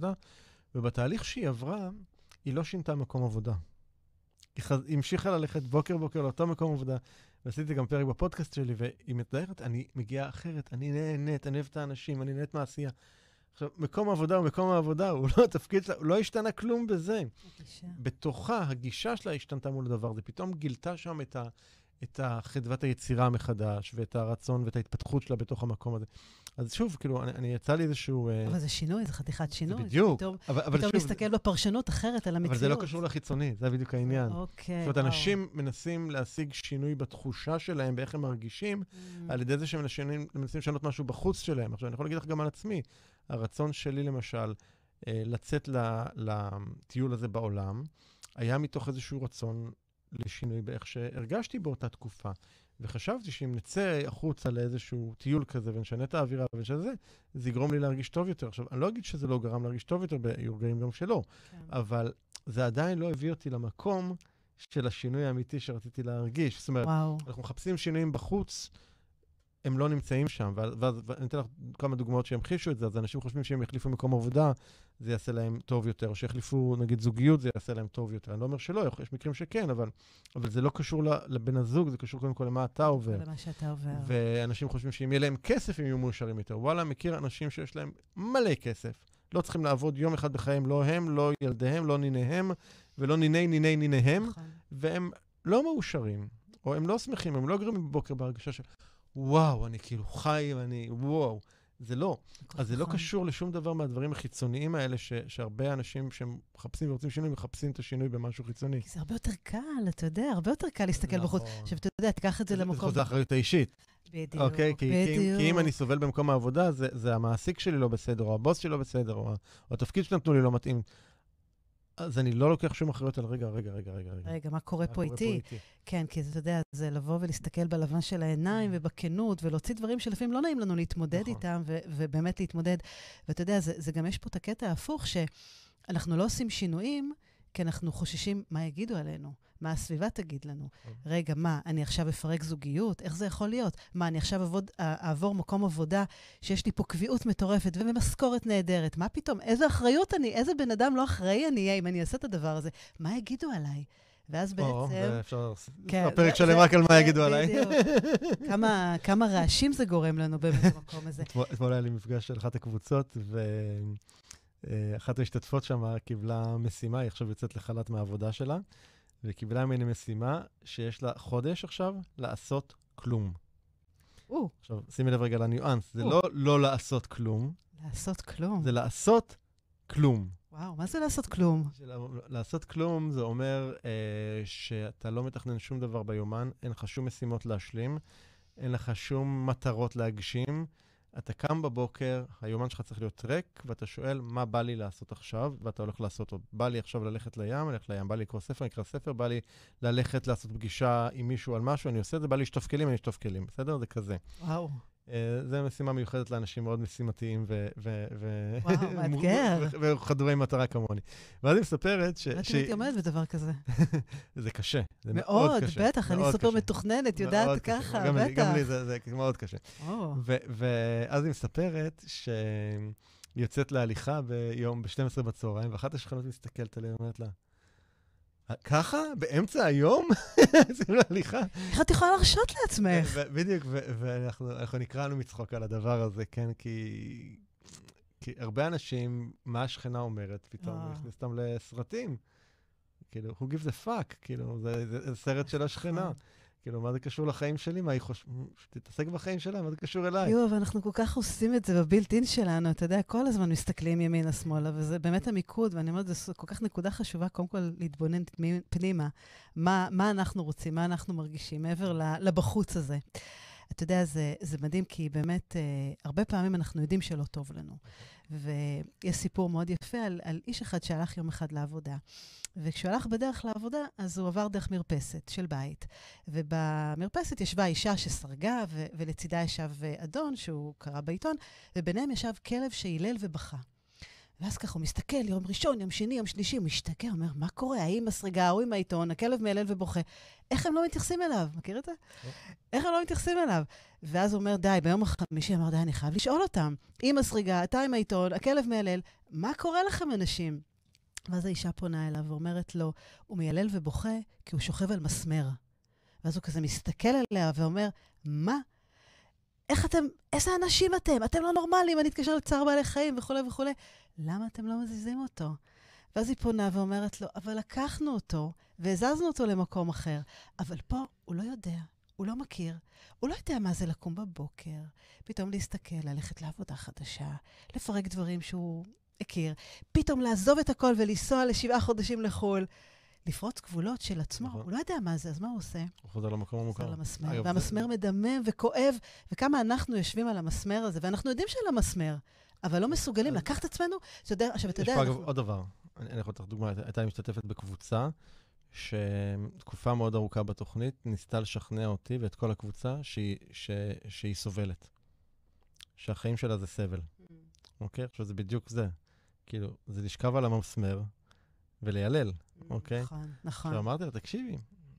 ובתהליך שהיא עברה, היא לא שינתה מקום עבודה. היא המשיכה ללכת בוקר לאותו מקום עבודה, ועשיתי גם פרק בפודקאסט שלי, והיא מתדיירת, אני מגיעה אחרת, אני נהנית, אני אוהב את האנשים, אני נהנית מעשייה. עכשיו, מקום העבודה הוא מקום העבודה, הוא לא התפקיד שלה, הוא לא השתנה כלום בזה. בתוכה, הגישה שלה השתנתה מול הדבר, זה פתאום גילתה שם את חדוות היצירה מחדש, ואת הרצון ואת ההתפתחות שלה בתוך המקום הזה. אז שוב, כאילו, אני יצא לי איזשהו... אבל זה שינוי, זה חתיכת שינוי. זה בדיוק. פתאום להסתכל בפרשנות אחרת על המציאות. אבל זה לא קשור לחיצוני, זה בדיוק העניין. אוקיי. זאת אומרת, אנשים מנסים להשיג שינוי בתחושה שלהם, באיך הם מרגישים, על ידי זה שהם מנסים לשנות משהו בחוץ שלהם. עכשיו, אני יכול להגיד לך גם על עצמי, הרצון שלי, למשל, לצאת לטיול הזה בעולם, היה מתוך איזשהו רצון לשינוי באיך שהרגשתי באותה תקופה. וחשבתי שאם נצא החוצה לאיזשהו טיול כזה ונשנה את האווירה ושזה, זה יגרום לי להרגיש טוב יותר. עכשיו, אני לא אגיד שזה לא גרם להרגיש טוב יותר, ביורגעים גם שלא, אבל זה עדיין לא הביא אותי למקום של השינוי האמיתי שרציתי להרגיש. זאת אומרת, אנחנו מחפשים שינויים בחוץ, הם לא נמצאים שם, ואז אני אתן לך כמה דוגמאות שימחישו את זה, אז אנשים חושבים שהם יחליפו מקום עבודה, זה יעשה להם טוב יותר, או שיחליפו, נגיד, זוגיות, זה יעשה להם טוב יותר. אני לא אומר שלא, יש מקרים שכן, אבל זה לא קשור לבן הזוג, זה קשור קודם כל למה אתה עובר. למה שאתה עובר. ואנשים חושבים שאם יהיה להם כסף, הם יהיו מאושרים יותר. וואלה, מכיר אנשים שיש להם מלא כסף, לא צריכים לעבוד יום אחד בחיים, לא הם, לא ילדיהם, לא ניניהם, ולא ניניהם, והם לא מאושרים, או הם לא שמחים, הם לא גרים בבוקר בהרגשה של וואו, אני כאילו חי, וואו. זה לא. אז זה לא קשור לשום דבר מהדברים החיצוניים האלה, שהרבה אנשים שהם מחפשים ורוצים שינוי, מחפשים את השינוי במשהו חיצוני. כי זה הרבה יותר קל, אתה יודע, הרבה יותר קל להסתכל בחוץ. עכשיו, אתה יודע, תיקח את זה למקום. זה האחריות האישית. בדיוק, אוקיי? כי אם אני סובל במקום העבודה, זה המעסיק שלי לא בסדר, או הבוס שלי לא בסדר, או התפקיד שנתנו לי לא מתאים. אז אני לא לוקח שום אחריות על רגע. רגע, מה קורה פה איתי? כן, כי אתה יודע, זה לבוא ולהסתכל בלבן של העיניים ובכנות, ולהוציא דברים שלפעמים לא נעים לנו להתמודד איתם, ובאמת להתמודד. ואתה יודע, זה גם יש פה את הקטע ההפוך, שאנחנו לא עושים שינויים, כי אנחנו חוששים מה יגידו עלינו, מה הסביבה תגיד לנו. רגע, מה, אני עכשיו אפרק זוגיות? איך זה יכול להיות? מה, אני עכשיו אעבור מקום עבודה שיש לי פה קביעות מטורפת ומשכורת נהדרת? מה פתאום? איזה אחריות אני? איזה בן אדם לא אחראי אני אהיה אם אני אעשה את הדבר הזה? מה יגידו עליי? ואז בעצם... אפשר... הפרק שלם רק על מה יגידו עליי. כמה רעשים זה גורם לנו באמת במקום הזה. אתמול היה לי מפגש של אחת הקבוצות, ואחת המשתתפות שם קיבלה משימה, היא עכשיו יוצאת לחל"ת מהעבודה שלה, וקיבלה ממני משימה שיש לה חודש עכשיו לעשות כלום. עכשיו, שימי לב רגע לניואנס, זה לא לעשות כלום. לעשות כלום. זה לעשות כלום. וואו, מה זה לעשות כלום? לעשות כלום זה אומר שאתה לא מתכנן שום דבר ביומן, אין לך שום משימות להשלים, אין לך שום מטרות להגשים. אתה קם בבוקר, היומן שלך צריך להיות ריק, ואתה שואל מה בא לי לעשות עכשיו, ואתה הולך לעשות עוד. בא לי עכשיו ללכת לים, אני הולך לים. בא לי לקרוא ספר, אני אקרא ספר. בא לי ללכת לעשות פגישה עם מישהו על משהו, אני עושה את זה. בא לי לשטוף כלים, אני אשטוף כלים. בסדר? זה כזה. וואו. זו משימה מיוחדת לאנשים מאוד משימתיים וואו, מאתגר. וחדורי מטרה כמוני. ואז היא מספרת לא הייתי עומדת בדבר כזה. זה קשה. זה מאוד קשה. בטח, אני סופר מתוכננת, יודעת ככה, בטח. גם לי זה מאוד קשה. ואז היא מספרת יוצאת להליכה ביום ב-12 בצהריים, ואחת השכנות מסתכלת עליה, אומרת לה, ככה? באמצע היום? עושים להליכה? איך את יכולה להרשות לעצמך? בדיוק, ואנחנו נקראנו מצחוק על הדבר הזה, כן? כי הרבה אנשים, מה השכנה אומרת, פתאום נכנס אותם לסרטים. כאילו, who gives a fuck? כאילו, זה סרט של השכנה. כאילו, מה זה קשור לחיים שלי? מה היא תתעסק בחיים שלה? מה זה קשור אליי? יואו, ואנחנו כל כך עושים את זה בבילט-אין שלנו, אתה יודע, כל הזמן מסתכלים ימינה-שמאלה, וזה באמת המיקוד, ואני אומרת, זו כל כך נקודה חשובה, קודם כל להתבונן פנימה, מה אנחנו רוצים, מה אנחנו מרגישים, מעבר לבחוץ הזה. אתה יודע, זה מדהים, כי באמת, הרבה פעמים אנחנו יודעים שלא טוב לנו. ויש סיפור מאוד יפה על איש אחד שהלך יום אחד לעבודה. וכשהוא הלך בדרך לעבודה, אז הוא עבר דרך מרפסת של בית. ובמרפסת ישבה אישה שסרגה, ולצידה ישב אדון שהוא קרא בעיתון, וביניהם ישב כלב שהילל ובכה. ואז ככה הוא מסתכל, יום ראשון, יום שני, יום שלישי, הוא משתגע, אומר, מה קורה? האם הסרגה, הוא עם העיתון, הכלב מהלל ובוכה. איך הם לא מתייחסים אליו? מכיר את זה? איך הם לא מתייחסים אליו? ואז הוא אומר, די, ביום החמישי אמר, די, אני חייב לשאול אותם. עם הסרגה, אתה עם העיתון, הכלב מהלל, מה קורה לכם, אנשים? ואז האישה פונה אליו ואומרת לו, הוא מיילל ובוכה כי הוא שוכב על מסמר. ואז הוא כזה מסתכל עליה ואומר, מה? איך אתם, איזה אנשים אתם? אתם לא נורמליים, אני אתקשר לצער בעלי חיים וכו' וכו'. למה אתם לא מזיזים אותו? ואז היא פונה ואומרת לו, אבל לקחנו אותו והזזנו אותו למקום אחר. אבל פה הוא לא יודע, הוא לא מכיר, הוא לא יודע מה זה לקום בבוקר, פתאום להסתכל, ללכת לעבודה חדשה, לפרק דברים שהוא הכיר, פתאום לעזוב את הכל ולנסוע ל7 חודשים לחול, לפרוץ גבולות של עצמו, הוא לא יודע מה זה, אז מה הוא עושה? הוא חוזר למקום המוכר. חוזר למסמר, והמסמר מדמם וכואב, וכמה אנחנו יושבים על המסמר הזה, ואנחנו יודעים שעל המסמר, אבל לא מסוגלים לקחת עצמנו, עכשיו אתה יודע... יש פה אגב עוד דבר, אני יכול לתת דוגמה, הייתה משתתפת בקבוצה, שתקופה מאוד ארוכה בתוכנית, ניסתה לשכנע אותי ואת כל הקבוצה שהיא סובלת. שהחיים שלה זה סבל. אוקיי? עכשיו זה בדיוק זה. כאילו, זה לשכב על המסמר וליילל, אוקיי? נכון, נכון. עכשיו אמרתי לה, תקשיבי,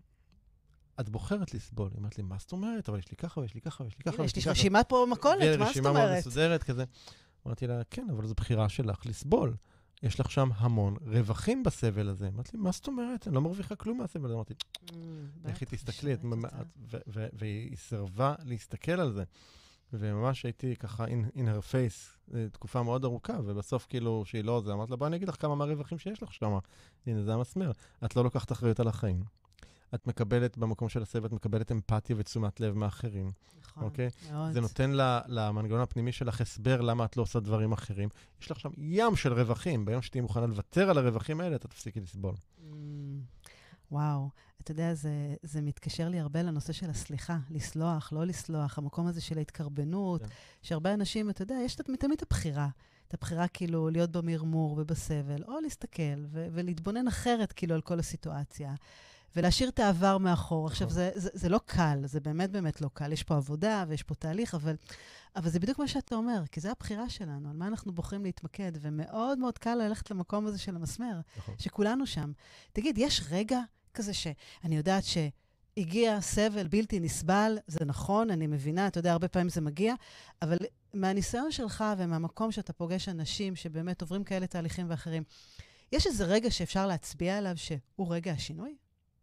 את בוחרת לסבול. היא אמרת לי, מה זאת אומרת? אבל יש לי ככה ויש לי ככה ויש לי ככה. יש לי רשימת פה מכולת, מה זאת אומרת? רשימה מאוד מסודרת כזה. אמרתי לה, כן, אבל זו בחירה שלך לסבול. יש לך שם המון רווחים בסבל הזה. אמרתי לי, מה זאת אומרת? אני לא מרוויחה כלום מהסבל הזה. אמרתי, לכי תסתכלי, והיא סרבה להסתכל על זה. וממש הייתי ככה in her face, תקופה מאוד ארוכה, ובסוף כאילו שהיא לא זה, אמרת לה, בואי אני אגיד לך כמה מהרווחים שיש לך שם. הנה, זה המסמר. את לא לוקחת אחריות על החיים. את מקבלת, במקום של הסבל, את מקבלת אמפתיה ותשומת לב מאחרים. נכון, אוקיי? מאוד. זה נותן למנגנון הפנימי שלך הסבר למה את לא עושה דברים אחרים. יש לך שם ים של רווחים. ביום שתהיי מוכנה לוותר על הרווחים האלה, אתה תפסיקי לסבול. וואו. אתה יודע, זה מתקשר לי הרבה לנושא של הסליחה, לסלוח, לא לסלוח, המקום הזה של ההתקרבנות, שהרבה אנשים, אתה יודע, יש תמיד הבחירה. את הבחירה כאילו להיות במרמור ובסבל, או להסתכל ולהתבונן אחרת כאילו על כל הסיטואציה. ולהשאיר את העבר מאחור. עכשיו, זה לא קל, זה באמת באמת לא קל. יש פה עבודה ויש פה תהליך, אבל זה בדיוק מה שאתה אומר, כי זה הבחירה שלנו, על מה אנחנו בוחרים להתמקד, ומאוד מאוד קל ללכת למקום הזה של המסמר, שכולנו שם. תגיד, יש רגע כזה שאני יודעת שהגיע סבל בלתי נסבל, זה נכון, אני מבינה, אתה יודע, הרבה פעמים זה מגיע, אבל מהניסיון שלך ומהמקום שאתה פוגש אנשים שבאמת עוברים כאלה תהליכים ואחרים, יש איזה רגע שאפשר להצביע עליו שהוא רגע השינוי?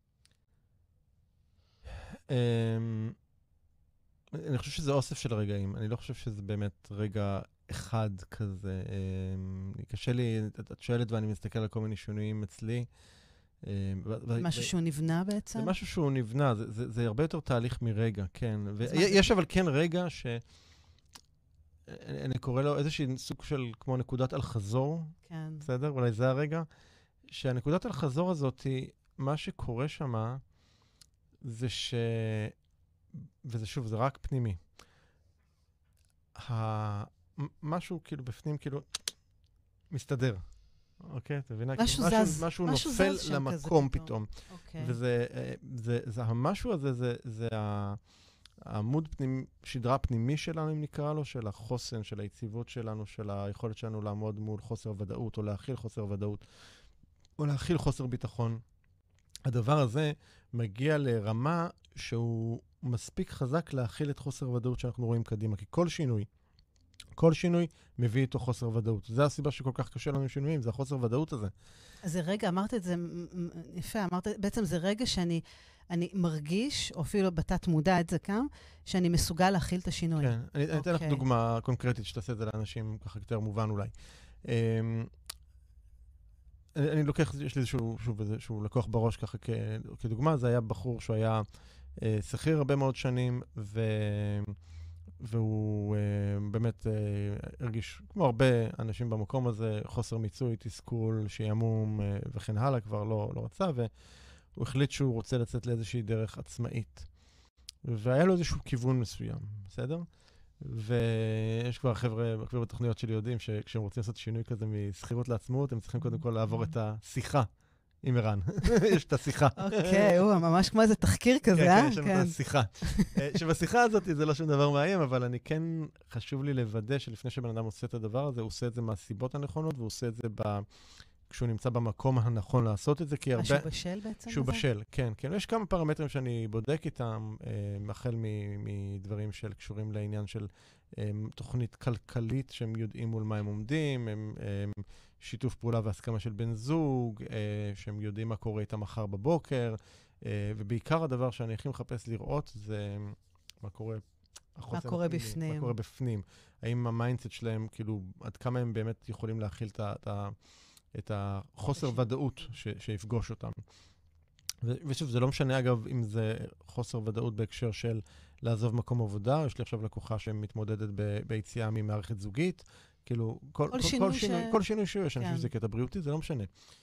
אני חושב שזה אוסף של רגעים. אני לא חושב שזה באמת רגע אחד כזה. קשה לי, את שואלת ואני מסתכל על כל מיני שינויים אצלי. משהו שהוא נבנה בעצם? זה משהו שהוא נבנה, זה הרבה יותר תהליך מרגע, כן. יש אבל כן רגע אני קורא לו איזושהי סוג של כמו נקודת אל-חזור. כן. בסדר? אולי זה הרגע. שהנקודת אל-חזור הזאת, מה שקורה שמה, זה וזה שוב, זה רק פנימי. משהו כאילו בפנים כאילו מסתדר. אוקיי? אתה מבינה? משהו זז. משהו נופל למקום פתאום. אוקיי. וזה המשהו הזה, זה העמוד שדרה פנימי שלנו, אם נקרא לו, של החוסן, של היציבות שלנו, של היכולת שלנו לעמוד מול חוסר ודאות, או להכיל חוסר ודאות, או להכיל חוסר ביטחון. הדבר הזה מגיע לרמה שהוא מספיק חזק להכיל את חוסר הוודאות שאנחנו רואים קדימה, כי כל שינוי, כל שינוי מביא איתו חוסר ודאות. זה הסיבה שכל כך קשה לנו שינויים, זה החוסר ודאות הזה. אז זה רגע, אמרת את זה, יפה, בעצם זה רגע שאני מרגיש, או אפילו בתת מודע את זה כאן, שאני מסוגל להכיל את השינוי. כן, אני אתן לך דוגמה קונקרטית שתעשה את זה לאנשים ככה יותר מובן אולי. אני לוקח, יש לי איזשהו לקוח בראש ככה כדוגמה, זה היה בחור שהוא היה שכיר הרבה מאוד שנים, והוא באמת הרגיש, כמו הרבה אנשים במקום הזה, חוסר מיצוי, תסכול, שימום וכן הלאה, כבר לא רצה, והוא החליט שהוא רוצה לצאת לאיזושהי דרך עצמאית. והיה לו איזשהו כיוון מסוים, בסדר? ויש כבר חבר'ה בתוכניות שלי יודעים שכשהם רוצים לעשות שינוי כזה מסחירות לעצמאות, הם צריכים קודם כל לעבור את השיחה עם ערן. יש את השיחה. אוקיי, ממש כמו איזה תחקיר כזה, כן, יש לנו את השיחה. שבשיחה הזאת זה לא שום דבר מאיים, אבל אני כן חשוב לי לוודא שלפני שבן אדם עושה את הדבר הזה, הוא עושה את זה מהסיבות הנכונות, והוא עושה את זה כשהוא נמצא במקום הנכון לעשות את זה, כי הרבה... שהוא בשל בעצם? שהוא בשל, כן. יש כמה פרמטרים שאני בודק איתם, החל מדברים שקשורים לעניין של תוכנית כלכלית, שהם יודעים מול מה הם עומדים, שיתוף פעולה והסכמה של בן זוג, שהם יודעים מה קורה איתם מחר בבוקר, ובעיקר הדבר שאני הכי מחפש לראות זה מה קורה... מה קורה בפנים. מה קורה בפנים. האם המיינדסט שלהם, כאילו, עד כמה הם באמת יכולים להכיל את החוסר ודאות שיפגוש אותם. ושוב, זה לא משנה, אגב, אם זה חוסר ודאות בהקשר של לעזוב מקום עבודה, יש לי עכשיו לקוחה שמתמודדת ביציאה ממערכת זוגית, כאילו, כל שינוי שיש, אני חושב שזה קטע בריאותי, זה לא משנה.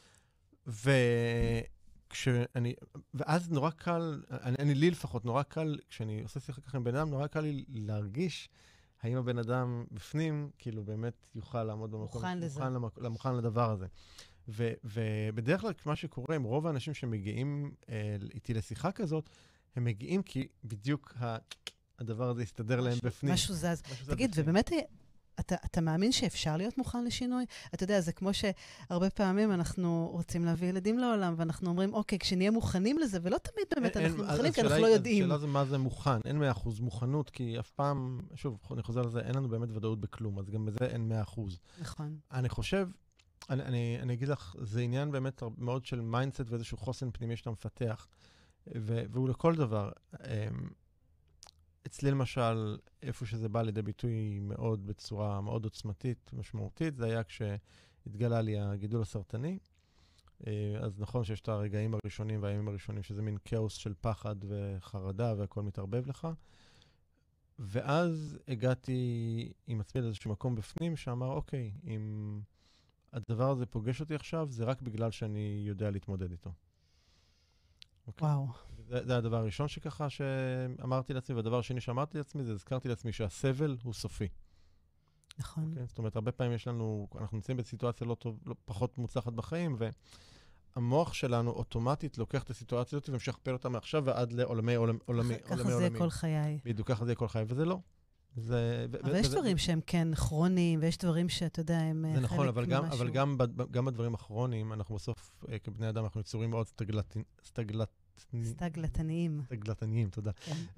ואז נורא קל, לי לפחות, נורא קל, כשאני עושה שיחה ככה עם בן אדם, נורא קל לי להרגיש האם הבן אדם בפנים, כאילו באמת יוכל לעמוד במקום, מוכן לדבר הזה. ובדרך כלל מה שקורה עם רוב האנשים שמגיעים איתי לשיחה כזאת, הם מגיעים כי בדיוק הדבר הזה יסתדר להם בפנים. משהו זז. תגיד, ובאמת אתה מאמין שאפשר להיות מוכן לשינוי? אתה יודע, זה כמו שהרבה פעמים אנחנו רוצים להביא ילדים לעולם, ואנחנו אומרים, אוקיי, כשנהיה מוכנים לזה, ולא תמיד באמת אנחנו מוכנים, כי אנחנו לא יודעים. השאלה זה מה זה מוכן. אין 100% מוכנות, כי אף פעם, שוב, אני חוזר לזה, אין לנו באמת ודאות בכלום, אז גם בזה אין 100%. נכון. אני חושב, אני אגיד לך, זה עניין באמת מאוד של מיינדסט ואיזשהו חוסן פנימי שאתה מפתח, והוא לכל דבר. אצלי למשל, איפה שזה בא לידי ביטוי מאוד בצורה מאוד עוצמתית, משמעותית, זה היה כשהתגלה לי הגידול הסרטני. אז נכון שיש את הרגעים הראשונים והימים הראשונים, שזה מין כאוס של פחד וחרדה והכל מתערבב לך. ואז הגעתי עם עצמי לאיזשהו מקום בפנים שאמר, אוקיי, אם הדבר הזה פוגש אותי עכשיו, זה רק בגלל שאני יודע להתמודד איתו. וואו. זה הדבר הראשון שככה שאמרתי לעצמי, והדבר השני שאמרתי לעצמי, זה הזכרתי לעצמי שהסבל הוא סופי. נכון. זאת אומרת, הרבה פעמים אנחנו נמצאים בסיטואציה פחות מוצלחת בחיים, והמוח שלנו אוטומטית לוקח את הסיטואציה הזאת ומשכפל אותה מעכשיו ועד לעולמי עולמי. ככה זה יהיה כל חיי. בדיוק, ככה זה יהיה כל חיי, וזה לא. אבל יש דברים שהם כן כרוניים, ויש דברים שאתה יודע, הם חלק ממשהו. זה נכון, אבל גם בדברים הכרוניים, אנחנו בסוף, כבני אדם, אנחנו יצורים מאוד סטגלטניים. סטגלטניים, תודה.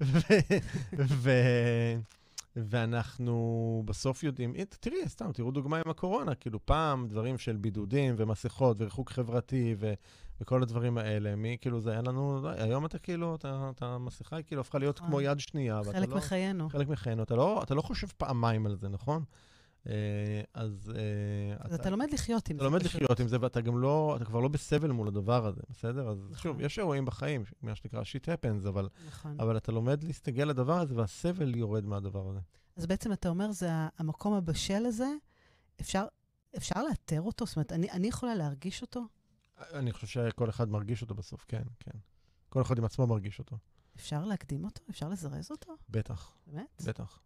ואנחנו בסוף יודעים, תראי, סתם, תראו דוגמה עם הקורונה, כאילו פעם דברים של בידודים ומסכות וריחוק חברתי וכל הדברים האלה, כאילו זה היה לנו, היום אתה כאילו, המסכה היא כאילו הפכה להיות כמו יד שנייה. חלק מחיינו. חלק מחיינו, אתה לא חושב פעמיים על זה, נכון? אז אתה לומד לחיות עם זה. אתה לומד לחיות עם זה, ואתה גם לא, אתה כבר לא בסבל מול הדבר הזה, בסדר? אז שוב, יש אירועים בחיים, מה שנקרא shit happens, אבל אתה לומד להסתגל לדבר הזה, והסבל יורד מהדבר הזה. אז בעצם אתה אומר, זה המקום הבשל הזה, אפשר לאתר אותו? זאת אומרת, אני יכולה להרגיש אותו? אני חושב שכל אחד מרגיש אותו בסוף, כן, כן. כל אחד עם עצמו מרגיש אותו. אפשר להקדים אותו? אפשר לזרז אותו? בטח. באמת? בטח.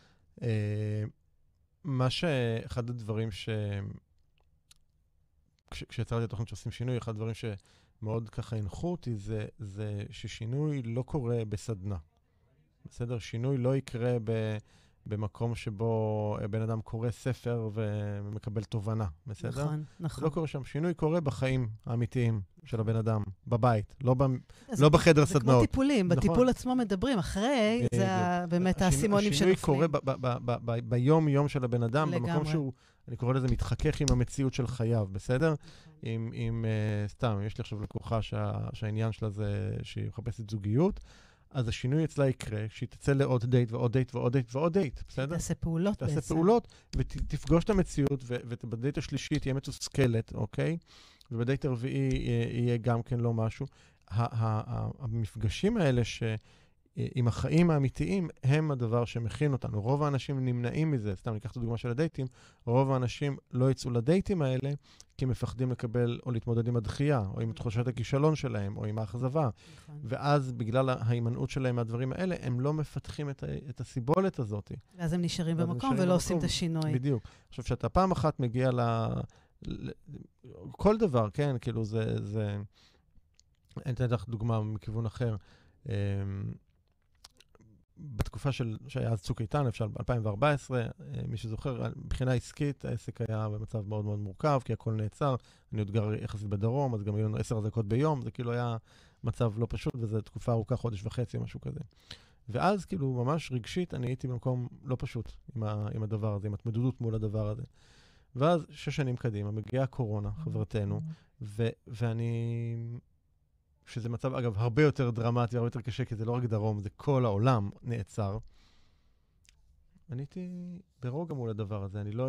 אחד הדברים כשיצרתי את התוכנית שעושים שינוי, אחד הדברים שמאוד ככה הנחו אותי, זה ששינוי לא קורה בסדנה. בסדר? שינוי לא יקרה במקום שבו בן אדם קורא ספר ומקבל תובנה, בסדר? נכון, נכון. לא קורה שם. שינוי קורה בחיים האמיתיים של הבן אדם, בבית, לא בחדר סדנאות. זה כמו טיפולים, נכון. בטיפול עצמו מדברים, אחרי זה באמת האסימונים שנופלים. השינוי קורה ביום-יום של הבן אדם, במקום שהוא, אני קורא לזה, מתחכך עם המציאות של חייו, בסדר? סתם, יש לי עכשיו לקוחה שהעניין שלה זה שהיא מחפשת זוגיות, אז השינוי אצלה יקרה, כשהיא תצא לעוד דייט ועוד דייט ועוד דייט ועוד דייט, בסדר? תעשה פעולות בעצם. תעשה פעולות, ותפגוש את המציאות, ובדייט השלישי תהיה מתוסכלת, אוקיי? ובדייט הרביעי יהיה גם כן לא משהו. המפגשים האלה עם החיים האמיתיים, הם הדבר שמכין אותנו. רוב האנשים נמנעים מזה, סתם ניקח את הדוגמה של הדייטים, רוב האנשים לא יצאו לדייטים האלה, כי הם מפחדים לקבל או להתמודד עם הדחייה, או עם תחושת הכישלון שלהם, או עם האכזבה. ואז בגלל ההימנעות שלהם מהדברים האלה, הם לא מפתחים את הסיבולת הזאת. ואז הם נשארים במקום ולא עושים את השינוי. בדיוק. עכשיו, שאתה פעם אחת מגיע כל דבר, כן, כאילו זה... אני אתן לך דוגמה מכיוון אחר. בתקופה שהיה אז צוק איתן, אפשר ב-2014, מי שזוכר, מבחינה עסקית, העסק היה במצב מאוד מאוד מורכב, כי הכל נעצר, אני עוד גר יחסית בדרום, אז גם היו לנו 10 אזעקות ביום, זה כאילו היה מצב לא פשוט, וזו תקופה ארוכה, חודש וחצי, משהו כזה. ואז כאילו ממש רגשית, אני הייתי במקום לא פשוט עם הדבר הזה, עם התמודדות מול הדבר הזה. ואז 6 שנים קדימה, מגיעה הקורונה, חברתנו, ואני... שזה מצב, אגב, הרבה יותר דרמטי, הרבה יותר קשה, כי זה לא רק דרום, זה כל העולם נעצר. אני הייתי ברוגע מול הדבר הזה, אני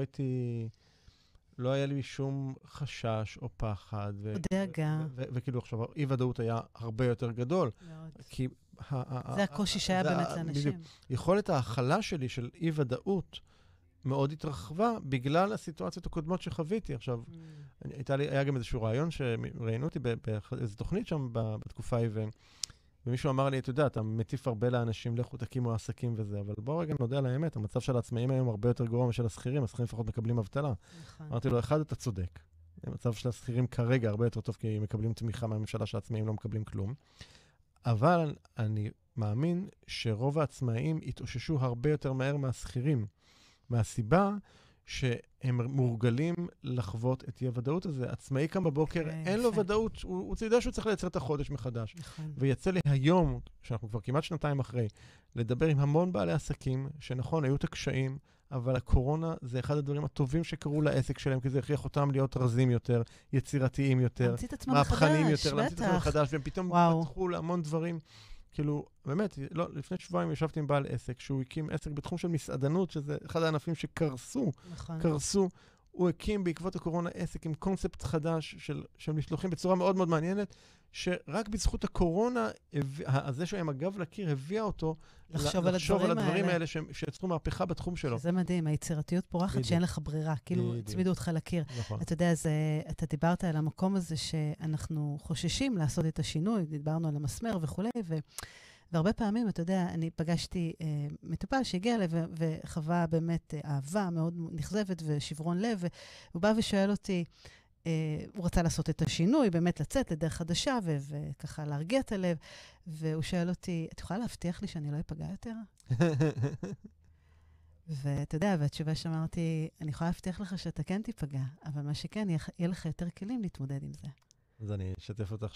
לא היה לי שום חשש או פחד. דאגה. וכאילו עכשיו, אי-ודאות היה הרבה יותר גדול. מאוד. כי זה הקושי שהיה באמת לאנשים. יכולת ההכלה שלי של אי-ודאות, מאוד התרחבה בגלל הסיטואציות הקודמות שחוויתי. עכשיו, היה גם איזשהו רעיון שראיינו אותי באיזו תוכנית שם בתקופה ההיא, ומישהו אמר לי, אתה יודע, אתה מטיף הרבה לאנשים, לכו תקימו עסקים וזה, אבל בואו רגע נודה על האמת, המצב של העצמאים היום הרבה יותר גרוע משל השכירים, השכירים לפחות מקבלים אבטלה. אמרתי לו, אחד, אתה צודק. המצב של השכירים כרגע הרבה יותר טוב, כי מקבלים תמיכה מהממשלה שהעצמאים לא מקבלים כלום. אבל אני מאמין שרוב העצמאים התאוששו הרבה יותר מהר מהשכירים. מהסיבה שהם מורגלים לחוות את אי-הוודאות הזה. עצמאי קם בבוקר, אין לו ודאות, הוא יודע שהוא צריך לייצר את החודש מחדש. ויצא לי היום, שאנחנו כבר כמעט 2 אחרי, לדבר עם המון בעלי עסקים, שנכון, היו את הקשיים, אבל הקורונה זה אחד הדברים הטובים שקרו לעסק שלהם, כי זה הכריח אותם להיות רזים יותר, יצירתיים יותר, מהפכנים יותר, להמציא את עצמם מחדש, והם פתאום פתחו להמון דברים. כאילו, באמת, לא, לפני שבועיים ישבתי עם בעל עסק, שהוא הקים עסק בתחום של מסעדנות, שזה אחד הענפים שקרסו, קרסו. הוא הקים בעקבות הקורונה עסק עם קונספט חדש של משלוחים בצורה מאוד מאוד מעניינת, שרק בזכות הקורונה, הזה שהם אגב לקיר, הביאה אותו לחשוב על הדברים האלה שיצרו מהפכה בתחום שלו. זה מדהים, היצירתיות פורחת שאין לך ברירה, כאילו הצמידו אותך לקיר. אתה יודע, אתה דיברת על המקום הזה שאנחנו חוששים לעשות את השינוי, דיברנו על המסמר וכו', והרבה פעמים, אתה יודע, אני פגשתי מטופל שהגיע אליי וחווה באמת אהבה מאוד נכזבת ושברון לב, והוא בא ושואל אותי, הוא רצה לעשות את השינוי, באמת לצאת לדרך חדשה וככה להרגיע את הלב, והוא שואל אותי, את יכולה להבטיח לי שאני לא אפגע יותר? ואתה יודע, והתשובה שאמרתי, אני יכולה להבטיח לך שאתה כן תיפגע, אבל מה שכן, יהיה לך יותר כלים להתמודד עם זה. אז אני אשתף אותך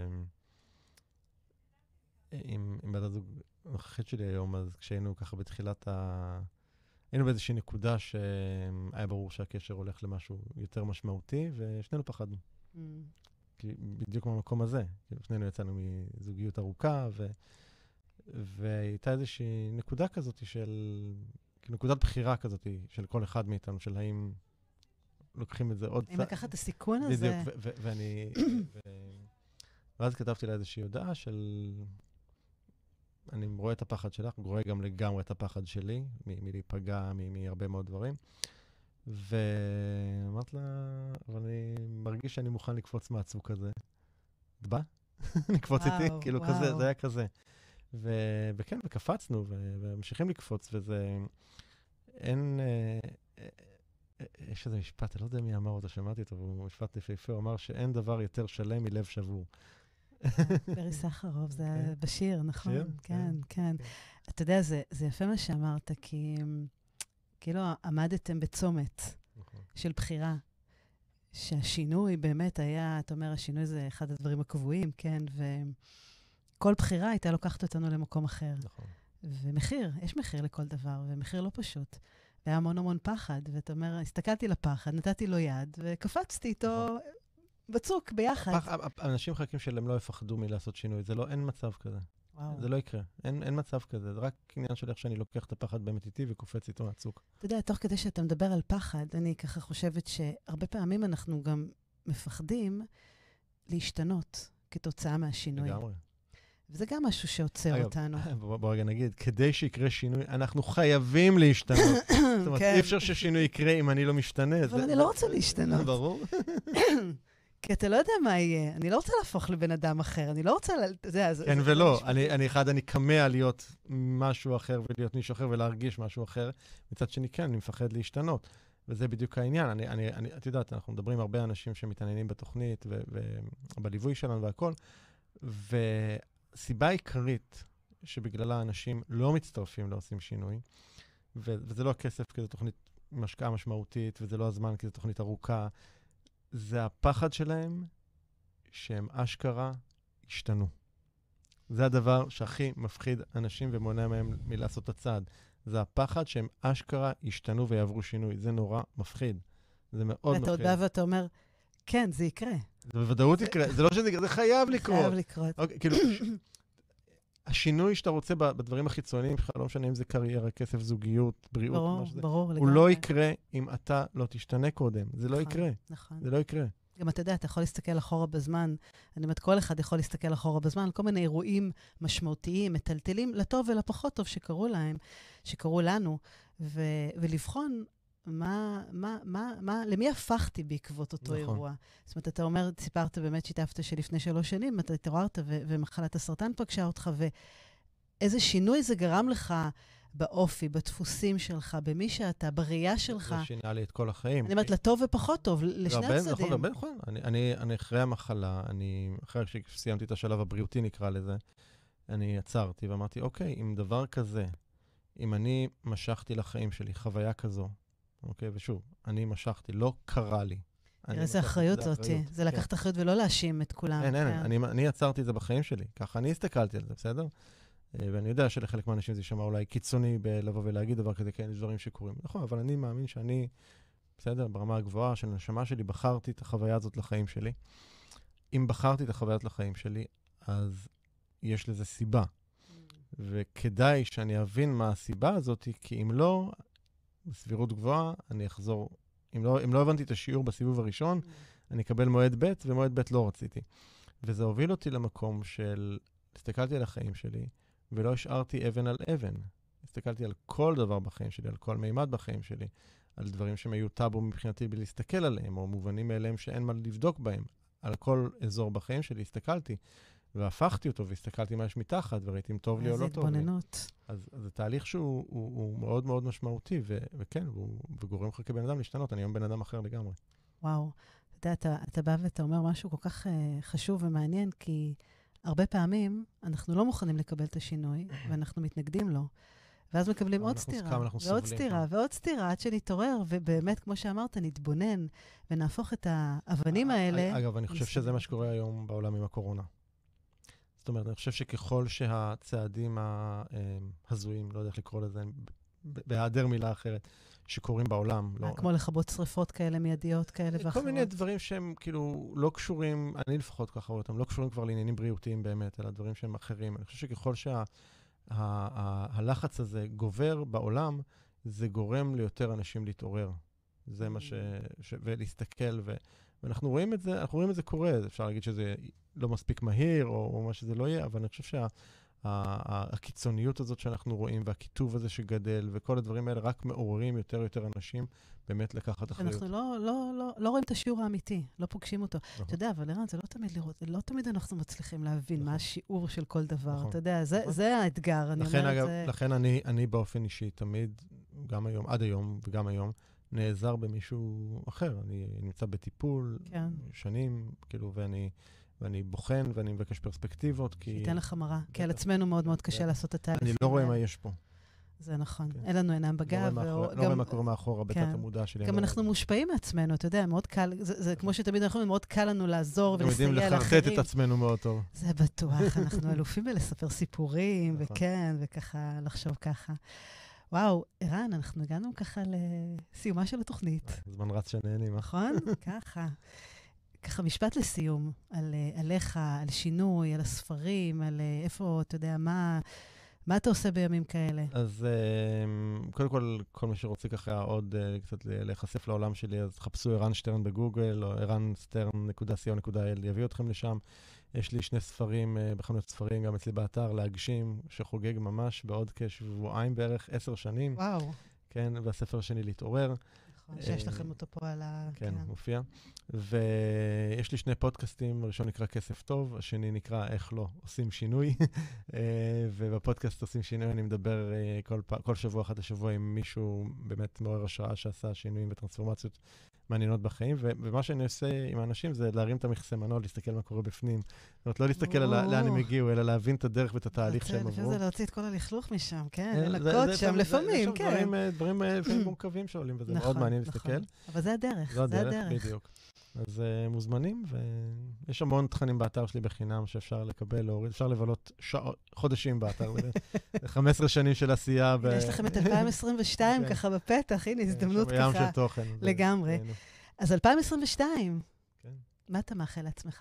עם בת הזוג הנוכחית שלי היום, אז כשהיינו ככה בתחילת היינו באיזושהי נקודה שהיה ברור שהקשר הולך למשהו יותר משמעותי, ושנינו פחדנו. כי בדיוק מהמקום הזה. שנינו יצאנו מזוגיות ארוכה, והייתה איזושהי נקודה כזאת נקודת בחירה כזאת של כל אחד מאיתנו, של האם לוקחים את זה עוד... אם לקחת את הסיכון הזה... בדיוק, ואז כתבתי לה איזושהי הודעה של... אני רואה את הפחד שלך, רואה גם לגמרי את הפחד שלי, מלהיפגע, מהרבה מאוד דברים. ואמרת לה, אבל אני מרגיש שאני מוכן לקפוץ מהצוק הזה. את בא? נקפוץ איתי, כאילו כזה, זה היה כזה. וכן, וקפצנו, וממשיכים לקפוץ, וזה... אין... יש איזה משפט, אני לא יודע מי אמר אותו, שמעתי אותו, והוא משפט יפהפה, הוא אמר שאין דבר יותר שלם מלב שבור. ברי סחרוף, זה בשיר, נכון? שיר? כן, כן. אתה יודע, זה יפה מה שאמרת, כי כאילו עמדתם בצומת של בחירה, שהשינוי באמת היה, אתה אומר, השינוי זה אחד הדברים הקבועים, כן? וכל בחירה הייתה לוקחת אותנו למקום אחר. נכון. ומחיר, יש מחיר לכל דבר, ומחיר לא פשוט. והיה המון המון פחד, ואתה אומר, הסתכלתי לפחד, נתתי לו יד, וקפצתי איתו בצוק, ביחד. אנשים מחכים שהם לא יפחדו מלעשות שינוי, אין מצב כזה. וואו. זה לא יקרה, אין מצב כזה, זה רק עניין של איך שאני לוקח את הפחד באמת איתי וקופץ איתו מהצוק. אתה יודע, תוך כדי שאתה מדבר על פחד, אני ככה חושבת שהרבה פעמים אנחנו גם מפחדים להשתנות כתוצאה מהשינוי. לגמרי. וזה גם משהו שעוצר אותנו. בוא רגע נגיד, כדי שיקרה שינוי, אנחנו חייבים להשתנות. זאת אומרת, אי אפשר ששינוי יקרה אם אני לא משתנה. אבל אני לא רוצה להשתנות. ברור. כי אתה לא יודע מה יהיה. אני לא רוצה להפוך לבן אדם אחר. אני לא רוצה... כן ולא. אני כמה להיות משהו אחר ולהיות מישהו אחר ולהרגיש משהו אחר. מצד שני, כן, אני מפחד להשתנות. וזה בדיוק העניין. את יודעת, אנחנו מדברים הרבה אנשים שמתעניינים בתוכנית ובליווי שלנו והכל. וסיבה עיקרית שבגללה אנשים לא מצטרפים, לא עושים שינוי, וזה לא הכסף כי זו תוכנית עם השקעה משמעותית, וזה לא הזמן כי זו תוכנית ארוכה, זה הפחד שלהם שהם אשכרה השתנו. זה הדבר שהכי מפחיד אנשים ומונע מהם מלעשות את הצעד. זה הפחד שהם אשכרה השתנו ויעברו שינוי. זה נורא מפחיד. זה מאוד מפחיד. ואתה עוד בא ואתה אומר, כן, זה יקרה. זה בוודאות יקרה. זה לא שזה יקרה, זה חייב לקרות. חייב לקרות. אוקיי, כאילו, השינוי שאתה רוצה בדברים החיצוניים שלך, לא משנה אם זה קריירה, כסף, זוגיות, בריאות, מה שזה. ברור, הוא לא יקרה אם אתה לא תשתנה קודם. זה לא יקרה. נכון. זה לא יקרה. גם אתה יודע, אתה יכול להסתכל אחורה בזמן, אני אומרת, כל אחד יכול להסתכל אחורה בזמן, על כל מיני אירועים משמעותיים, מטלטלים, לטוב ולפחות טוב שקרו להם, שקרו לנו, ולבחון למי הפכתי בעקבות אותו אירוע. זאת אומרת, אתה אומר, סיפרת באמת, שיתפת שלפני 3 שנים, אתה התעוררת ומחלת הסרטן פגשה אותך, ואיזה שינוי זה גרם לך באופי, בדפוסים שלך, במי שאתה, בראייה שלך. זה שינה לי את כל החיים. אני אומרת, לטוב ופחות טוב, לשני הצדדים. נכון. אני אחרי המחלה, אחרי שסיימתי את השלב הבריאותי, נקרא לזה, אני עצרתי ואמרתי, אוקיי, אם דבר כזה, אם אני משכתי לחיים שלי חוויה כזו, אוקיי, ושוב, אני משכתי, לא קרה לי. תראה, זה אחריות זאתי. זה לקחת אחריות ולא להאשים את כולם. אין, אני עצרתי את זה בחיים שלי. ככה אני הסתכלתי על זה, בסדר? ואני יודע שלחלק מהאנשים זה יישמע אולי קיצוני בלבוא ולהגיד דבר כזה, כן, יש דברים שקורים. נכון, אבל אני מאמין שאני, בסדר, ברמה הגבוהה של הנשמה שלי, בחרתי את החוויה הזאת לחיים שלי. אם בחרתי את החוויה הזאת לחיים שלי, אז יש לזה סיבה. וכדאי שאני אבין מה הסיבה הזאת, כי אם לא, בסבירות גבוהה, אני אחזור. אם לא הבנתי את השיעור בסיבוב הראשון, אני אקבל מועד ב', ומועד ב' לא רציתי. וזה הוביל אותי למקום של, הסתכלתי על החיים שלי, ולא השארתי אבן על אבן. הסתכלתי על כל דבר בחיים שלי, על כל מימד בחיים שלי, על דברים שהם היו טאבו מבחינתי בלהסתכל עליהם, או מובנים מאליהם שאין מה לבדוק בהם. על כל אזור בחיים שלי הסתכלתי, והפכתי אותו, והסתכלתי מה יש מתחת, וראיתי אם טוב לי או לא טוב לי. זה התבוננות. אז זה תהליך שהוא מאוד מאוד משמעותי, וכן, וגורם לך כבן אדם להשתנות. אני היום בן אדם אחר לגמרי. וואו. אתה יודע, אתה בא ואתה אומר משהו כל כך חשוב ומעניין, כי הרבה פעמים אנחנו לא מוכנים לקבל את השינוי, ואנחנו מתנגדים לו. ואז מקבלים עוד סתירה, ועוד סתירה, ועוד סתירה, עד שנתעורר, ובאמת, כמו שאמרת, נתבונן, ונהפוך את האבנים האלה. אגב, אני חושב שזה מה שקורה היום בעולם עם הקורונה. זאת אומרת, אני חושב שככל שהצעדים ההזויים, לא יודע איך לקרוא לזה, בהיעדר מילה אחרת, שקורים בעולם. כמו לכבות שריפות כאלה, מיידיות כאלה ואחרות. כל מיני דברים שהם כאילו לא קשורים, אני לפחות ככה רואה אותם, לא קשורים כבר לעניינים בריאותיים באמת, אלא דברים שהם אחרים. אני חושב שככל שהלחץ הזה גובר בעולם, זה גורם ליותר אנשים להתעורר. זה מה ולהסתכל, ואנחנו רואים את זה, אנחנו רואים את זה קורה. אפשר להגיד שזה לא מספיק מהיר, או מה שזה לא יהיה, אבל אני חושב הקיצוניות הזאת שאנחנו רואים, והכיתוב הזה שגדל, וכל הדברים האלה רק מעוררים יותר אנשים באמת לקחת אחריות. אנחנו לא רואים את השיעור האמיתי, לא פוגשים אותו. אתה יודע, אבל ערן, זה לא תמיד לראות, לא תמיד אנחנו מצליחים להבין מה השיעור של כל דבר. אתה יודע, זה האתגר, אני אומרת זה... לכן אני באופן אישי תמיד, גם היום, עד היום וגם היום, נעזר במישהו אחר. אני נמצא בטיפול שנים, כאילו, ואני בוחן, ואני מבקש פרספקטיבות, כי... ייתן לך מראה, כי על עצמנו מאוד מאוד קשה לעשות את התהליכים. אני לא רואה מה יש פה. זה נכון. אין לנו עיניים בגב. לא רואה מה קורה מאחורה, בתת המודע שלי. גם אנחנו מושפעים מעצמנו, אתה יודע, מאוד קל, זה כמו שתמיד אנחנו אומרים, מאוד קל לנו לעזור ולסייע לאחרים. יודעים לחרטט את עצמנו מאוד טוב. זה בטוח, אנחנו אלופים בלספר סיפורים, וכן, וככה, לחשוב ככה. וואו, ערן, אנחנו הגענו ככה לסיומה של התוכנית. זמן רץ שנהנים, נכון? ככה. ככה משפט לסיום, עליך, על שינוי, על הספרים, על איפה, אתה יודע, מה אתה עושה בימים כאלה? אז קודם כל מי שרוצה ככה עוד קצת להיחשף לעולם שלי, אז חפשו ערן שטרן בגוגל, או ערנסטרן.co.il, יביא אתכם לשם. יש לי 2 ספרים בחנויות ספרים, גם אצלי באתר, להגשים, שחוגג ממש בעוד כשבועיים בערך, 10 שנים. וואו. כן, והספר השני להתעורר. נכון, שיש לכם אותו פה על ה... כן, מופיע. ויש לי 2 פודקאסטים, הראשון נקרא כסף טוב, השני נקרא איך לא, עושים שינוי. ובפודקאסט עושים שינוי אני מדבר כל שבוע, אחת השבוע עם מישהו באמת מעורר השראה שעשה שינויים וטרנספורמציות מעניינות בחיים, ומה שאני עושה עם האנשים זה להרים את המכסמנוע, להסתכל מה קורה בפנים. זאת אומרת, לא להסתכל לאן הם הגיעו, אלא להבין את הדרך ואת התהליך שהם עברו. זה להוציא את כל הלכלוך משם, כן, לנקות שם לפעמים, כן. יש שם דברים מורכבים שעולים, וזה מאוד מעניין להסתכל. אבל זה הדרך, זה הדרך, בדיוק. אז מוזמנים, ויש המון תכנים באתר שלי בחינם שאפשר לקבל, להוריד, אפשר לבלות חודשים באתר, 15 שנים של עשייה. יש לכם את 2022 ככה בפתח, הנה הזדמנות ככה. ים של תוכן. לגמרי. אז 2022, מה אתה מאחל לעצמך?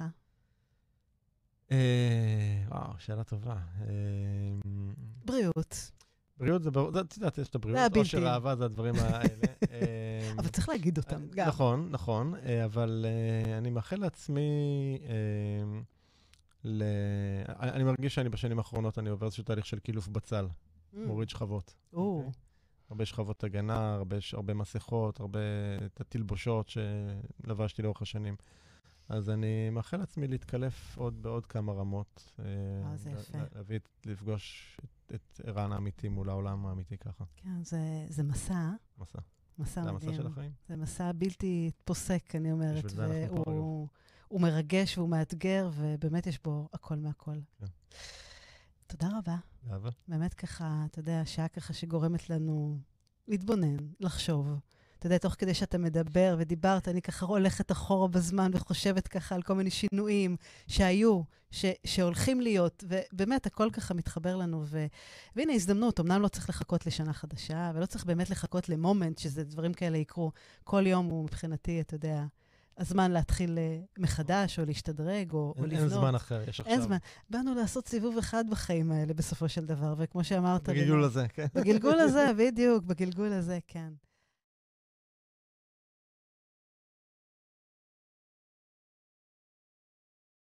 וואו, שאלה טובה. בריאות. בריאות זה ברור, את יודעת, יש את הבריאות, אושר אהבה, זה הדברים האלה. אבל צריך להגיד אותם גם. נכון, נכון, אבל אני מאחל לעצמי, אני מרגיש שאני בשנים האחרונות, אני עובר איזשהו תהליך של קילוף בצל, מוריד שכבות. הרבה שכבות הגנה, הרבה מסכות, הרבה תלבושות שלבשתי לאורך השנים. אז אני מאחל לעצמי להתקלף בעוד כמה רמות. זה יפה. לפגוש את ערן האמיתי מול העולם האמיתי ככה. כן, זה מסע. מסע. מסע מדהים. זה המסע של החיים. זה מסע בלתי פוסק, אני אומרת. בשביל זה אנחנו פה היום. הוא מרגש והוא מאתגר, ובאמת יש בו הכל מהכל. כן. תודה רבה. אהבה. באמת ככה, אתה יודע, שעה ככה שגורמת לנו להתבונן, לחשוב. אתה יודע, תוך כדי שאתה מדבר ודיברת, אני ככה הולכת אחורה בזמן וחושבת ככה על כל מיני שינויים שהיו, שהולכים להיות, ובאמת הכל ככה מתחבר לנו, והנה הזדמנות, אמנם לא צריך לחכות לשנה חדשה, ולא צריך באמת לחכות למומנט שזה דברים כאלה יקרו. כל יום הוא מבחינתי, אתה יודע, הזמן להתחיל מחדש, או להשתדרג, או לבנות. אין זמן אחר, יש עכשיו. אין זמן. באנו לעשות סיבוב אחד בחיים האלה בסופו של דבר, וכמו שאמרת... בגלגול הזה, כן. בגלגול הזה, בדיוק, בגלגול הזה, כן.